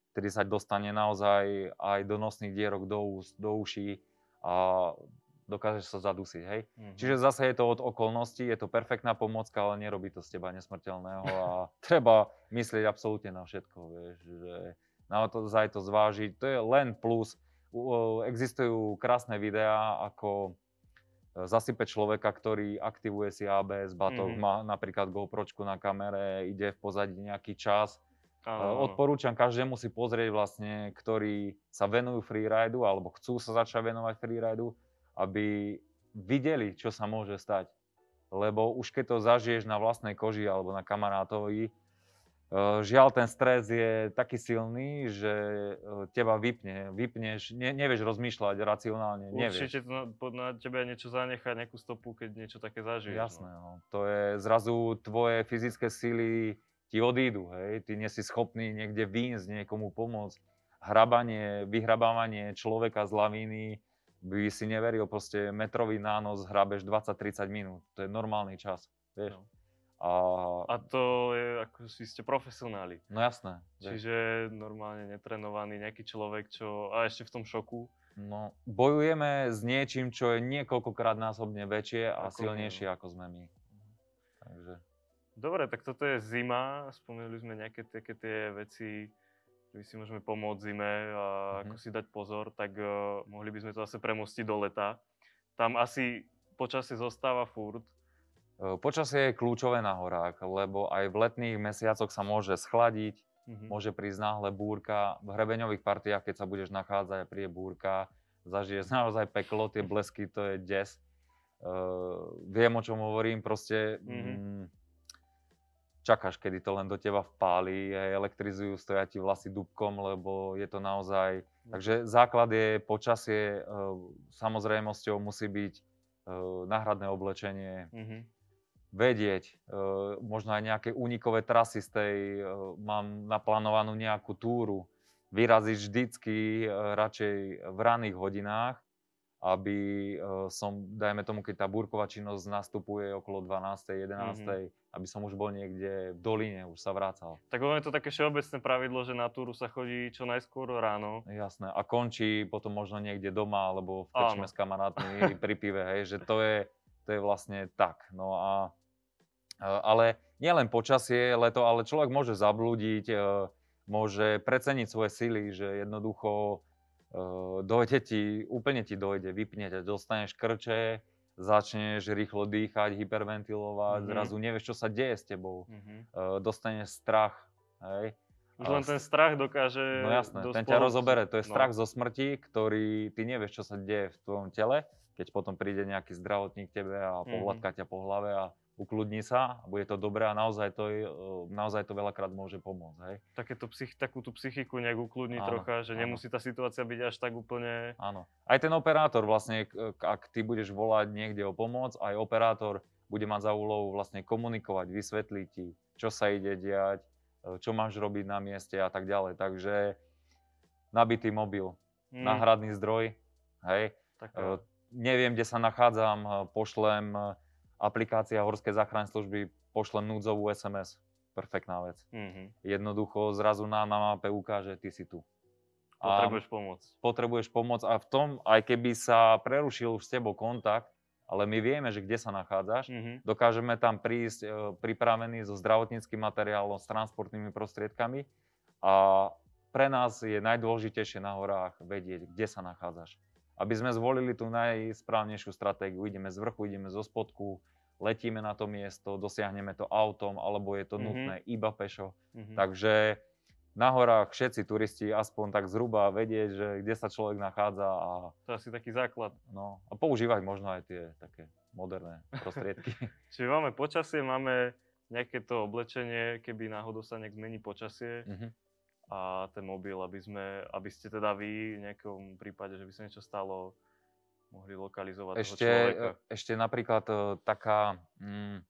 ktorý sa dostane naozaj aj do nosných dierok, do úst, do uší a dokážeš sa zadusiť, hej. Mhm. Čiže zase je to od okolností, je to perfektná pomôcka, ale nerobí to z teba nesmrteľného a treba myslieť absolútne na všetko, vieš, že naozaj to zvážiť, to je len plus. U- Existujú krásne videá, ako zasype človeka, ktorý aktivuje si á bé es batoh, Mhm. má napríklad GoPročku na kamere, ide v pozadí nejaký čas. Áno, E, áno. Odporúčam každému si pozrieť vlastne, ktorí sa venujú freeridu alebo chcú sa začať venovať freeridu, aby videli, čo sa môže stať. Lebo už keď to zažiješ na vlastnej koži alebo na kamarátovi, e, žiaľ ten stres je taký silný, že e, teba vypne. Vypneš, ne, nevieš rozmýšľať racionálne, nevieš. Určite to na, po- na tebe niečo zanechá, nejakú stopu, keď niečo také zažiješ. Jasné, No. no. To je zrazu tvoje fyzické sily ti odídu, hej. Ty nie si schopný niekde výjsť, niekomu pomôcť. Hrabanie, vyhrabávanie človeka z lavíny, by si neveril, proste metrový nános hrabeš dvadsať tridsať minút. To je normálny čas, vieš. No. A, A to je, ako si ste profesionáli. no jasné. vieš. Čiže normálne netrenovaný nejaký človek, čo... A ešte v tom šoku. No, bojujeme s niečím, čo je niekoľkokrát násobne väčšie a Ako my, silnejšie no. ako sme my. Takže... Dobre, tak toto je zima. Spomenuli sme nejaké také tie veci, ktoré si môžeme pomôcť zime a Mhm. ako si dať pozor, tak uh, mohli by sme to zase premostiť do leta. Tam asi počasie zostáva furt. E, Počasie je kľúčové na horách, lebo aj v letných mesiacoch sa môže schladiť, Mhm. môže prísť náhle búrka. V hrebeňových partiách, keď sa budeš nachádzať a príde búrka, zažiješ naozaj peklo, tie blesky, to je des. Uh, viem, o čom hovorím, proste Mhm. mm, čakáš, kedy to len do teba vpáli, aj elektrizujú, stoja ti vlasy dúbkom, lebo je to naozaj... Takže základ je počasie, uh, samozrejmosťou musí byť uh, náhradné oblečenie, Mhm. vedieť, uh, možno aj nejaké únikové trasy z tej, uh, mám naplánovanú nejakú túru, vyraziť vždycky uh, radšej v ranných hodinách, aby uh, som, dajme tomu, keď tá búrková činnosť nastupuje okolo dvanástej, jedenástej, mm-hmm. aby som už bol niekde v doline, už sa vracal. Tak ono je to také všeobecné pravidlo, že na túru sa chodí čo najskôr ráno. Jasné. A končí potom možno niekde doma, alebo v krčme Áno. s kamarátmi pri pive, hej, že to je, to je vlastne tak. No a ale nielen počasie, leto, ale človek môže zablúdiť, môže preceniť svoje sily, že jednoducho dojde ti, úplne ti dojde, vypne ťa, dostaneš krče, začneš rýchlo dýchať, hyperventilovať, Mhm. zrazu nevieš, čo sa deje s tebou. Mhm. Dostaneš strach, hej. Už A len ten strach dokáže... No jasné, dosť ten ťa pohľad- rozobere, to je no. strach zo smrti, ktorý ty nevieš, čo sa deje v tvojom tele, keď potom príde nejaký zdravotník k tebe a Mhm. pohľadká ťa po hlave a ukludní sa, bude to dobré a naozaj to, je, naozaj to veľakrát môže pomôcť, hej. Takéto psych, takú tú psychiku nejak ukludniť Áno, trocha, že áno. nemusí tá situácia byť až tak úplne... Áno. Aj ten operátor vlastne, k- ak ty budeš volať niekde o pomoc, aj operátor bude mať za úlohu vlastne komunikovať, vysvetliť ti, čo sa ide diať, čo máš robiť na mieste a tak ďalej. Takže nabitý mobil, Mm, náhradný zdroj, hej. taká- E, Neviem, kde sa nachádzam, pošlem aplikácia Horskej záchrannej služby, pošlem núdzovú es em es. Perfektná vec. Mhm. Jednoducho zrazu nám na mape ukáže, ty si tu. A Potrebuješ pomôcť. potrebuješ pomoc a v tom, aj keby sa prerušil už s tebou kontakt, ale my vieme, že kde sa nachádzaš, Mhm. dokážeme tam prísť e, pripravení so zdravotníckym materiálom, s transportnými prostriedkami a pre nás je najdôležitejšie na horách vedieť, kde sa nachádzaš. Aby sme zvolili tú najsprávnejšiu stratégiu. Ideme z vrchu, ideme zo spodku, letíme na to miesto, dosiahneme to autom, alebo je to Mhm. nutné iba pešo. Mhm. Takže na horách všetci turisti aspoň tak zhruba vedieť, že kde sa človek nachádza a, To je asi taký základ. no, a používať možno aj tie také moderné prostriedky. Čiže máme počasie, máme nejaké to oblečenie, keby náhodou sa nejak zmení počasie Mhm. a ten mobil, aby sme, aby ste teda vy v nejakom prípade, že by sa niečo stalo, mohli lokalizovať toho Ešte, človeka. ešte napríklad e, taká mm,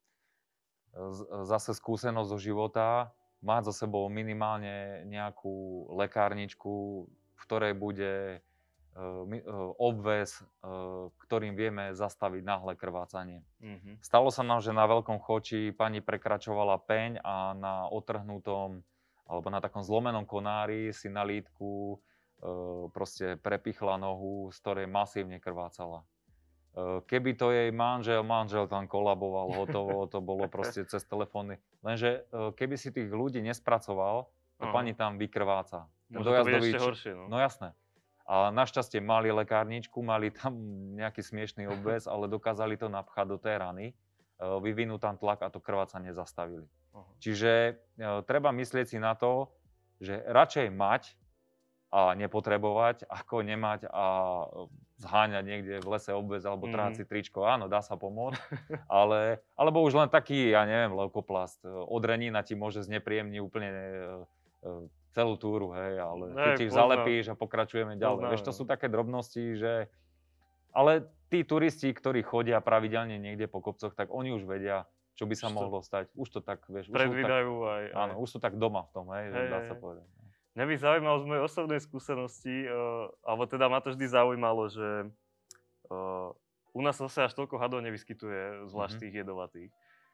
z- zase skúsenosť zo života, mať so sebou minimálne nejakú lekárničku, v ktorej bude e, mi- e, obväz, e, ktorým vieme zastaviť náhle krvácanie. Mhm. Stalo sa nám, že na Veľkom Choči pani prekračovala peň a na otrhnutom alebo na takom zlomenom konári si na lítku uh, proste prepichla nohu, z ktorej masívne krvácala. Uh, keby to jej manžel, manžel tam kolaboval, hotovo, to bolo proste cez telefóny. Lenže uh, keby si tých ľudí nespracoval, to Aha. pani tam vykrváca. Môže to byť ešte horšie, no. No jasné. A našťastie mali lekárničku, mali tam nejaký smiešný obväz, ale dokázali to napchať do tej rany, vyvinúť tam tlak a to krvácanie zastavili. Uh-huh. Čiže e, treba myslieť si na to, že radšej mať a nepotrebovať, ako nemať a zháňať niekde v lese obväz alebo trhať mm-hmm. si tričko. Áno, dá sa pomôcť, ale, alebo už len taký, ja neviem, leukoplast. Od renina ti môže znepríjemniť úplne e, e, celú túru, hej, ale Ne, keď ich poznám. zalepíš a pokračujeme ďalej. Poznám, Vieš, to sú také drobnosti, že... Ale tí turisti, ktorí chodia pravidelne niekde po kopcoch, tak oni už vedia, čo by sa Už to- mohlo stať. Už to tak, vieš, už sú tak, Predvídajú aj, aj. áno, už sú tak doma v tom, hej, Hej, dá hej, sa hej. povedať. Mňa by zaujímalo z mojej osobnej skúsenosti, uh, alebo teda ma to vždy zaujímalo, že uh, u nás zase až toľko hadov nevyskytuje, zvlášť Mhm. tých jedovatých.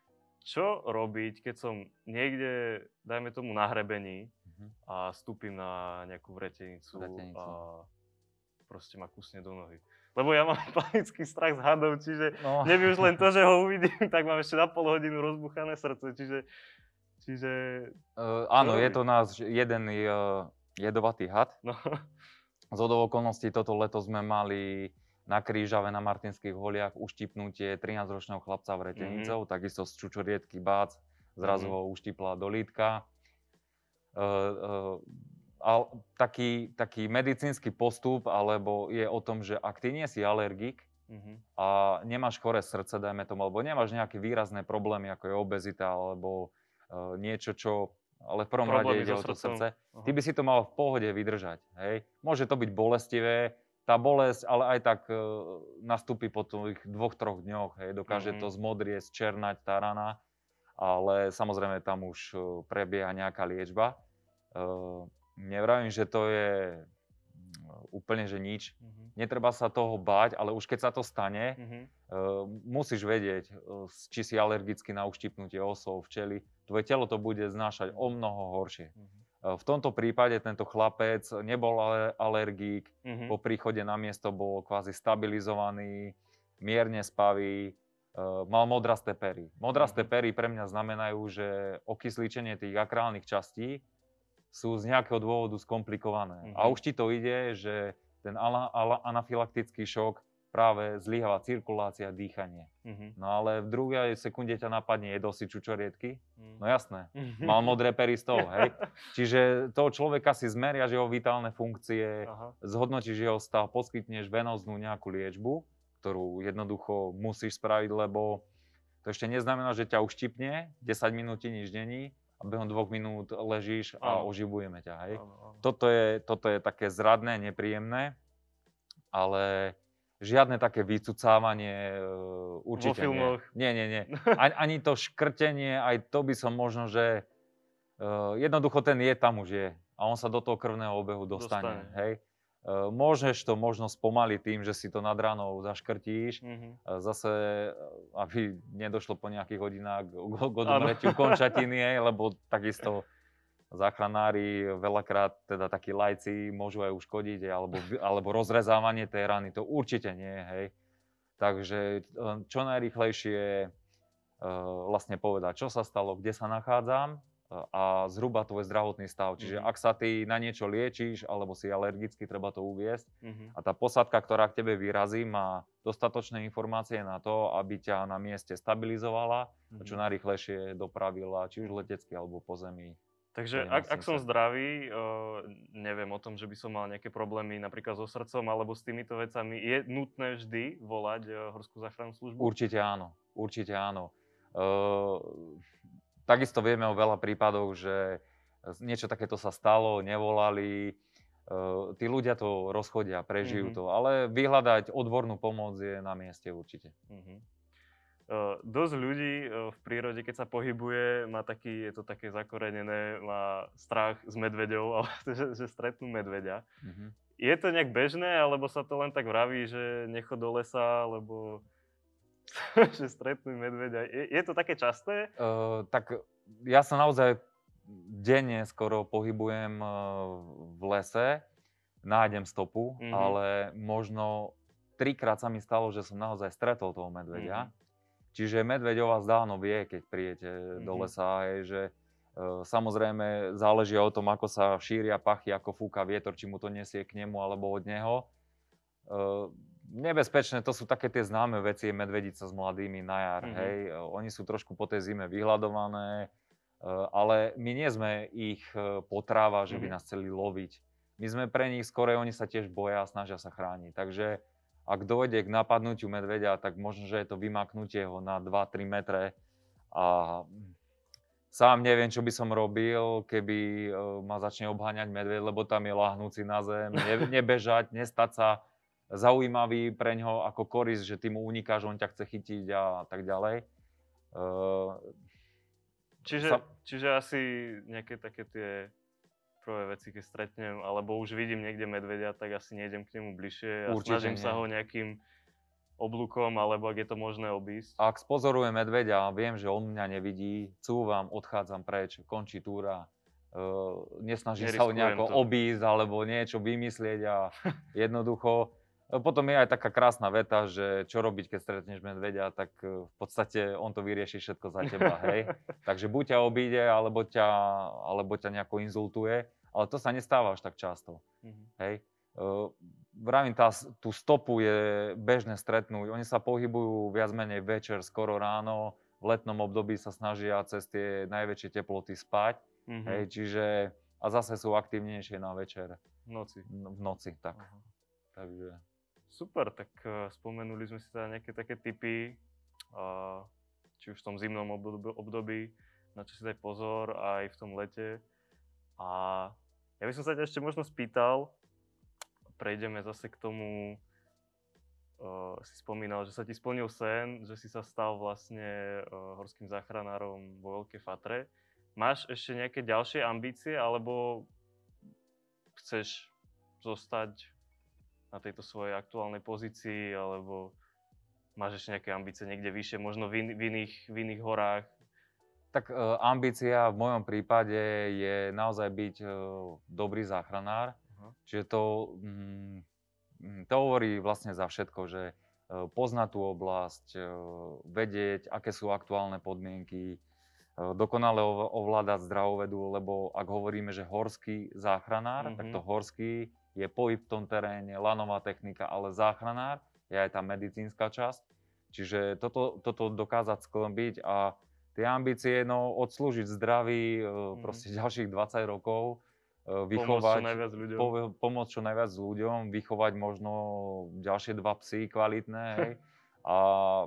Čo robiť, keď som niekde, dajme tomu, na hrebení Mhm. a stúpim na nejakú vretenicu Vretenicu. a proste ma kusne do nohy. Lebo ja mám panický strach z hadov, čiže No. neviem už len to, že ho uvidím, tak mám ešte na pol hodinu rozbuchané srdce, čiže... čiže Uh, áno, je robiť? to náš jeden uh, jedovatý had. no, Zhodou okolností toto leto sme mali na Krížave na Martinských holiach uštipnutie trinásťročného chlapca vretenicou, mm-hmm. takisto z čučoriedky bác, zrazu Mhm. ho uštipla do lítka. Uh, uh, a taký, taký medicínsky postup, alebo je o tom, že ak ty nie si alergik mhm. a nemáš choré srdce, dajme tomu, alebo nemáš nejaké výrazné problémy, ako je obezita, alebo uh, niečo, čo... Ale v prvom rade Problémy ide so o to srdcom. srdce. Aha. Ty by si to mal v pohode vydržať, hej. Môže to byť bolestivé, tá bolesť, ale aj tak uh, nastúpi po tých dvoch, troch dňoch, hej. Dokáže Mhm. to zmodrieť, černať tá rana, ale samozrejme tam už uh, prebieha nejaká liečba. Uh, nevravím, že to je mm, úplne, že nič. Mhm. Netreba sa toho báť, ale už keď sa to stane, Mhm. uh, musíš vedieť, uh, či si alergický na uštipnutie osov, včely. Tvoje telo to bude znášať o mnoho horšie. Mhm. Uh, v tomto prípade tento chlapec nebol ale alergík, Mhm. po príchode na miesto bol kvázi stabilizovaný, mierne spavý, uh, mal modrasté pery. Modrasté Mhm. pery pre mňa znamenajú, že okysličenie tých akrálnych častí sú z nejakého dôvodu skomplikované. A Mhm. už ti to ide, že ten ala, ala, anafylaktický šok práve zlyháva cirkulácia, dýchanie. Mhm. No ale v druhej sekunde ťa napadne, jedol si čučoriedky? Mhm. No jasné, mal modré pery z toho, hej. Čiže toho človeka si zmeriaš jeho vitálne funkcie, Aha. zhodnotíš jeho stav, poskytneš venóznú nejakú liečbu, ktorú jednoducho musíš spraviť, lebo to ešte neznamená, že ťa uštipne, desať minút ti nič není a behom dvoch minút ležíš a Áno. oživujeme ťa, hej. Áno, áno. Toto je, toto je také zradné, nepríjemné, ale žiadne také vycucávanie uh, určite Vo filmoch. nie. Nie, nie, nie. Ani, ani to škrtenie, aj to by som možno, že uh, jednoducho ten jed tam už je a on sa do toho krvného obehu dostane, Dostane. hej. Uh, môžeš to možno spomaliť tým, že si to nad ranou zaškrtíš, Mhm. uh, zase, uh, aby nedošlo po nejakých hodinách k k Áno. odumretiu končatiny, hej, lebo takisto záchranári veľakrát, teda takí lajci, môžu aj uškodiť, alebo, alebo rozrezávanie tej rany, to určite nie, hej. Takže uh, čo najrýchlejšie uh, vlastne povedať, čo sa stalo, kde sa nachádzam uh, a zhruba tvoj zdravotný stav. Čiže Mhm. ak sa ty na niečo liečíš, alebo si alergický, treba to uviesť. Mhm. A tá posádka, ktorá k tebe vyrazí, má dostatočné informácie na to, aby ťa na mieste stabilizovala a čo Mhm. najrýchlejšie dopravila, či už letecky alebo po zemi. Takže do ak, ak som nemocnice. zdravý, uh, neviem o tom, že by som mal nejaké problémy napríklad so srdcom alebo s týmito vecami, je nutné vždy volať uh, Horskú záchrannú službu? Určite áno, určite áno. Uh, takisto vieme o veľa prípadoch, že niečo takéto sa stalo, nevolali, uh, tí ľudia to rozchodia, prežijú Mhm. to, ale vyhľadať odbornú pomoc je na mieste určite. Mhm. Uh, dosť ľudí uh, v prírode, keď sa pohybuje, má taký, je to také zakorenené, má strach z medveďov, ale že, že stretnú medveďa. Mhm. Je to nejak bežné, alebo sa to len tak vraví, že nechod do lesa, lebo že stretnú medveďa. Je, je to také časté? Uh, tak ja sa naozaj denne skoro pohybujem uh, v lese, nájdem stopu, Mhm. ale možno trikrát sa mi stalo, že som naozaj stretol toho medveďa. Mhm. Čiže medveď o vás dávno vie, keď prídete do Mhm. lesa, hej, že uh, samozrejme záleží o tom, ako sa šíria pachy, ako fúka vietor, či mu to nesie k nemu alebo od neho. Uh, nebezpečné, to sú také tie známe veci, je medvedica s mladými na jar, Mhm. hej. Uh, oni sú trošku po tej zime vyhľadované, uh, ale my nie sme ich uh, potrava, že by Mhm. nás chceli loviť. My sme pre nich skore, oni sa tiež boja a snažia sa chrániť. Takže ak dojde k napadnutiu medveďa, tak možno, že je to vymaknutie ho na dva tri metre a sám neviem, čo by som robil, keby uh, ma začne obháňať medveď, lebo tam je lahnúci na zem, ne, nebežať, nestať sa zaujímavý pre ňoho ako koris, že ty mu unikáš, on ťa chce chytiť a tak ďalej. Uh, Čiže, sa- čiže asi nejaké také tie prvé veci, keď stretnem, alebo už vidím niekde medveďa, tak asi nejdem k nemu bližšie a Určite snažím sa nie. ho nejakým oblúkom, alebo ak je to možné obísť. Ak spozorujem medveďa a viem, že on mňa nevidí, cúvam, odchádzam preč, končí túra. Uh, nesnažím sa ho Neriskujem nejako to. obísť alebo niečo vymyslieť a jednoducho. Potom je aj taká krásna veta, že čo robiť, keď stretneš medveďa, tak uh, v podstate on to vyrieši všetko za teba, hej. Takže buď ťa obíde, alebo ťa, alebo ťa nejako inzultuje, ale to sa nestáva až tak často, Mhm. hej. Uh, vravím, tá, tú stopu je bežné stretnúť. Oni sa pohybujú viac menej večer, skoro ráno. V letnom období sa snažia cez tie najväčšie teploty spať. Mhm. Hej, čiže, a zase sú aktívnejšie na večer, V noci. n- v noci, tak. Aha. Takže, Super, tak uh, spomenuli sme si teda nejaké také tipy, uh, či už v tom zimnom období, období, na čo si daj pozor, aj v tom lete. A ja by som sa ťa ešte možno spýtal, prejdeme zase k tomu, uh, si spomínal, že sa ti splnil sen, že si sa stal vlastne uh, horským záchranárom vo Veľkej Fatre. Máš ešte nejaké ďalšie ambície, alebo chceš zostať na tejto svojej aktuálnej pozícii, alebo máš ešte nejaké ambície niekde vyššie, možno v, in, v, iných, v iných horách? tak e, ambícia v mojom prípade je naozaj byť e, dobrý záchranár. Aha. Čiže to, mm, mm, to hovorí vlastne za všetko, že e, poznať tú oblasť, e, vedieť, aké sú aktuálne podmienky, e, dokonale ov- ovládať zdravovedu, lebo ak hovoríme, že horský záchranár, Mhm. tak to horský je pohyb v tom teréne, lanová technika, ale záchranár je aj tá medicínska časť. Čiže toto, toto dokázať sklbiť a tie ambície, no odslúžiť zdraví, Mhm. proste ďalších dvadsať rokov, e, Pomôcť vychovať, čo najviac ľuďom. po, pomôcť čo najviac ľuďom, vychovať možno ďalšie dva psy kvalitné, hej. A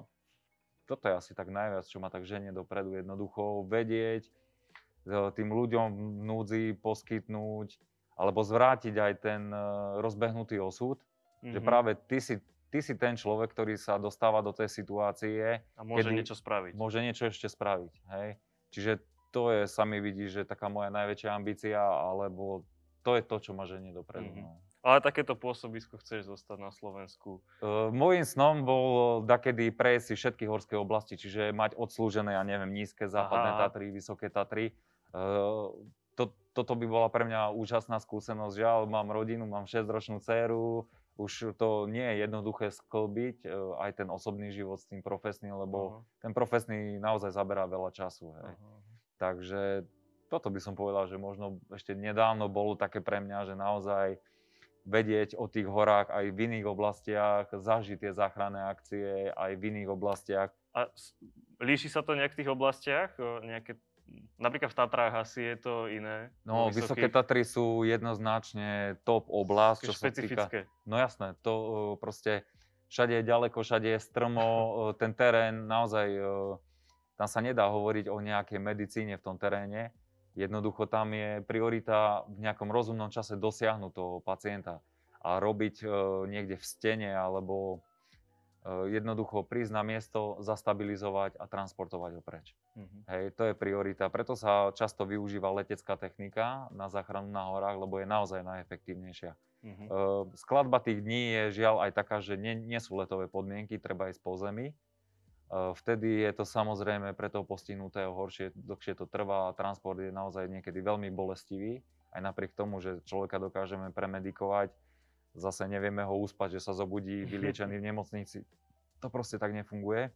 toto je asi tak najviac, čo ma tak ženie dopredu, jednoducho vedieť e, tým ľuďom v núdzi poskytnúť alebo zvrátiť aj ten e, rozbehnutý osud, Mhm. že práve ty si, ty si ten človek, ktorý sa dostáva do tej situácie, A môže kedy niečo spraviť. môže niečo ešte spraviť, hej. Čiže to je, sa mi vidí, že taká moja najväčšia ambícia, alebo to je to, čo ma ženie dopredu. Mhm. No. Ale takéto pôsobisko chceš zostať na Slovensku. Uh, Mojím snom bol dakedy prejsť si všetky horské oblasti, čiže mať odslúžené, ja neviem, nízke, západné Aha. Tatry, vysoké Tatry. Uh, to, toto by bola pre mňa úžasná skúsenosť. Žiaľ, mám rodinu, mám šesťročnú dcéru, už to nie je jednoduché sklbiť, uh, aj ten osobný život s tým profesným, lebo Aha. ten profesný naozaj zaberá veľa času. Hej. Aha. Takže toto by som povedal, že možno ešte nedávno bolo také pre mňa, že naozaj vedieť o tých horách aj v iných oblastiach, zažiť tie záchranné akcie aj v iných oblastiach. A s- líši sa to nejak v tých oblastiach? O, Nejaké, napríklad v Tatrách asi je to iné. No, vo Vysoké vysokých, Tatry sú jednoznačne top oblasť, také čo sa týka... špecifické. No jasné, to uh, proste všade je ďaleko, všade je strmo, uh, ten terén naozaj, uh, tam sa nedá hovoriť o nejakej medicíne v tom teréne. Jednoducho tam je priorita v nejakom rozumnom čase dosiahnuť toho pacienta a robiť uh, niekde v stene alebo uh, jednoducho prísť na miesto, zastabilizovať a transportovať ho preč. Mhm. Hej, to je priorita. Preto sa často využíva letecká technika na záchranu na horách, lebo je naozaj najefektívnejšia. Mhm. Uh, skladba tých dní je žiaľ aj taká, že nie, nie sú letové podmienky, treba ísť po zemi. Vtedy je to samozrejme pre toho postihnutého horšie, dlhšie to trvá, transport je naozaj niekedy veľmi bolestivý, aj napriek tomu, že človeka dokážeme premedikovať, zase nevieme ho uspať, že sa zobudí vyliečený v nemocnici. To proste tak nefunguje.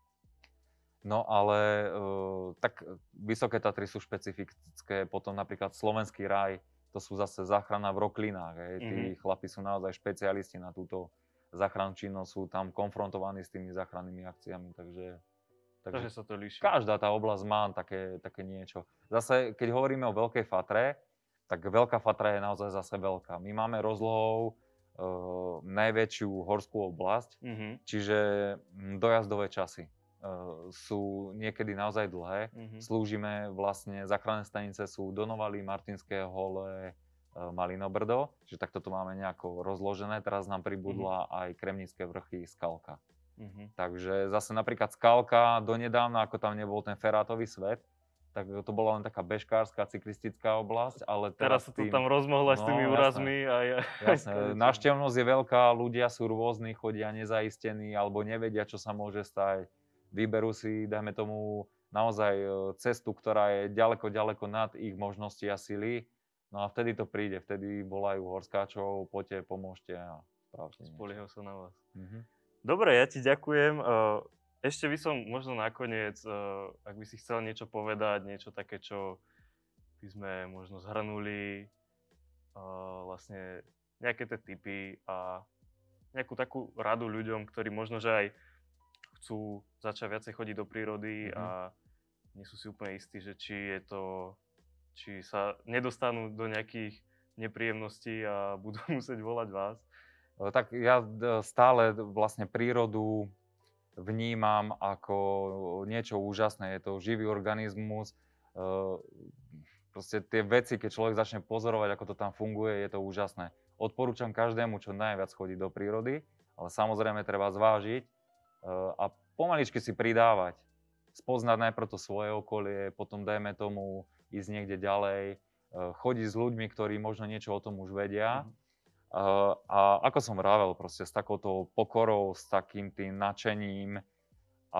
No ale e, tak Vysoké Tatry sú špecifické, potom napríklad Slovenský raj, to sú zase záchrana v roklinách. Hej. Tí mm-hmm. chlapi sú naozaj špecialisti na túto záchrannú činnosť, sú tam konfrontovaní s tými záchrannými akciami, takže, takže, takže sa to líši. Každá tá oblasť má také, také niečo. Zase, keď hovoríme o Veľkej Fatre, tak Veľká Fatra je naozaj zase veľká. My máme rozlohou e, najväčšiu horskú oblasť, mm-hmm. čiže dojazdové časy e, sú niekedy naozaj dlhé. Mm-hmm. Slúžime vlastne, záchranné stanice sú Donovaly, Martinské Hole, Malinobrdo, že takto to máme nejako rozložené. Teraz nám pribudla mm-hmm. aj Kremnické vrchy, Skalka. Mm-hmm. Takže zase napríklad Skalka, donedávna, ako tam nebol ten ferátový svet, tak to bola len taká bežkárska, cyklistická oblasť, ale teraz... Teraz sa to tým... tam rozmohla no, s tými úrazmi. Aj, jasné. Návštevnosť je veľká, ľudia sú rôzni, chodia nezaistení, alebo nevedia, čo sa môže stať. Vyberú si, dajme tomu, naozaj cestu, ktorá je ďaleko, ďaleko nad ich možnosti a sily. No a vtedy to príde, vtedy volajú horskáčov, poďte, pomôžte a spravte niečo. Spoliehajú sa na vás. Mm-hmm. Dobre, ja ti ďakujem. Ešte by som možno nakoniec, ak by si chcel niečo povedať, niečo také, čo by sme možno zhrnuli, vlastne nejaké tie tipy a nejakú takú radu ľuďom, ktorí možno, že aj chcú začať viacej chodiť do prírody mm-hmm. a nie sú si úplne istí, že či je to či sa nedostanú do nejakých nepríjemností a budú musieť volať vás? Tak ja stále vlastne prírodu vnímam ako niečo úžasné. Je to živý organizmus. Proste tie veci, keď človek začne pozorovať, ako to tam funguje, je to úžasné. Odporúčam každému čo najviac chodiť do prírody, ale samozrejme treba zvážiť a pomaličky si pridávať. Spoznať najprv to svoje okolie, potom dajme tomu ísť niekde ďalej, chodiť s ľuďmi, ktorí možno niečo o tom už vedia. Mm-hmm. A ako som vravel, proste s takouto pokorou, s takým tým nadšením a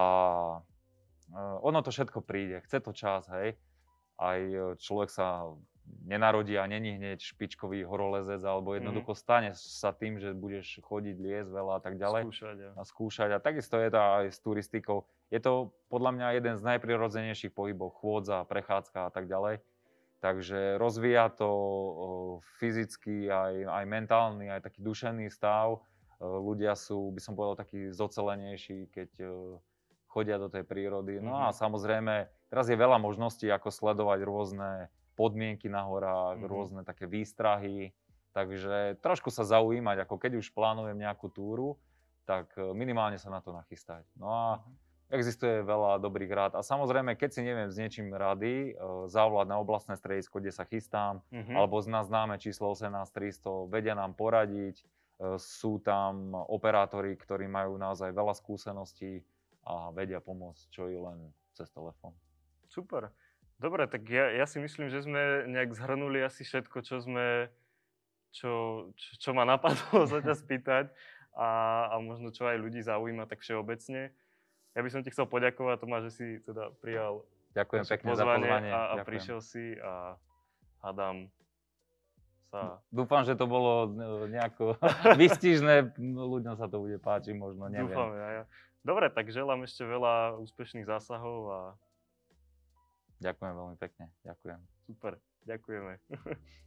ono to všetko príde, chce to čas, hej. Aj človek sa nenarodí a není hneď špičkový horolezec, alebo jednoducho mm-hmm. stane sa tým, že budeš chodiť, liesť veľa a tak ďalej. Skúšať, ja. A skúšať. A takisto je to aj s turistikou. Je to podľa mňa jeden z najprirodzenejších pohybov, chôdza, prechádzka a tak ďalej. Takže rozvíja to fyzicky, aj, aj mentálny, aj taký duševný stav. Ľudia sú, by som povedal, takí zocelenejší, keď chodia do tej prírody. No mm-hmm. a samozrejme, teraz je veľa možností, ako sledovať rôzne podmienky na horách, mm-hmm. rôzne také výstrahy. Takže trošku sa zaujímať, ako keď už plánujem nejakú túru, tak minimálne sa na to nachystať. No a existuje veľa dobrých rád. A samozrejme, keď si neviem s niečím rady, zavolať na oblastné stredisko, kde sa chystám, mm-hmm. alebo z nás známe číslo osemnásť tristo, vedia nám poradiť. Sú tam operátori, ktorí majú naozaj veľa skúseností a vedia pomôcť, čo i len cez telefón. Super. Dobre, tak ja, ja si myslím, že sme nejak zhrnuli asi všetko, čo sme, čo, čo, čo ma napadlo sa ťa spýtať a, a možno čo aj ľudí zaujíma tak všeobecne. Ja by som ti chcel poďakovať, Tomáš, že si teda prijal Ďakujem pekne za pozvanie a, a prišiel si a hádam sa... Dúfam, že to bolo nejako výstižné, ľuďom sa to bude páčiť, možno, neviem. Dúfam, ja, ja. Dobre, tak želám ešte veľa úspešných zásahov a ďakujem veľmi pekne, ďakujem. Super, ďakujeme.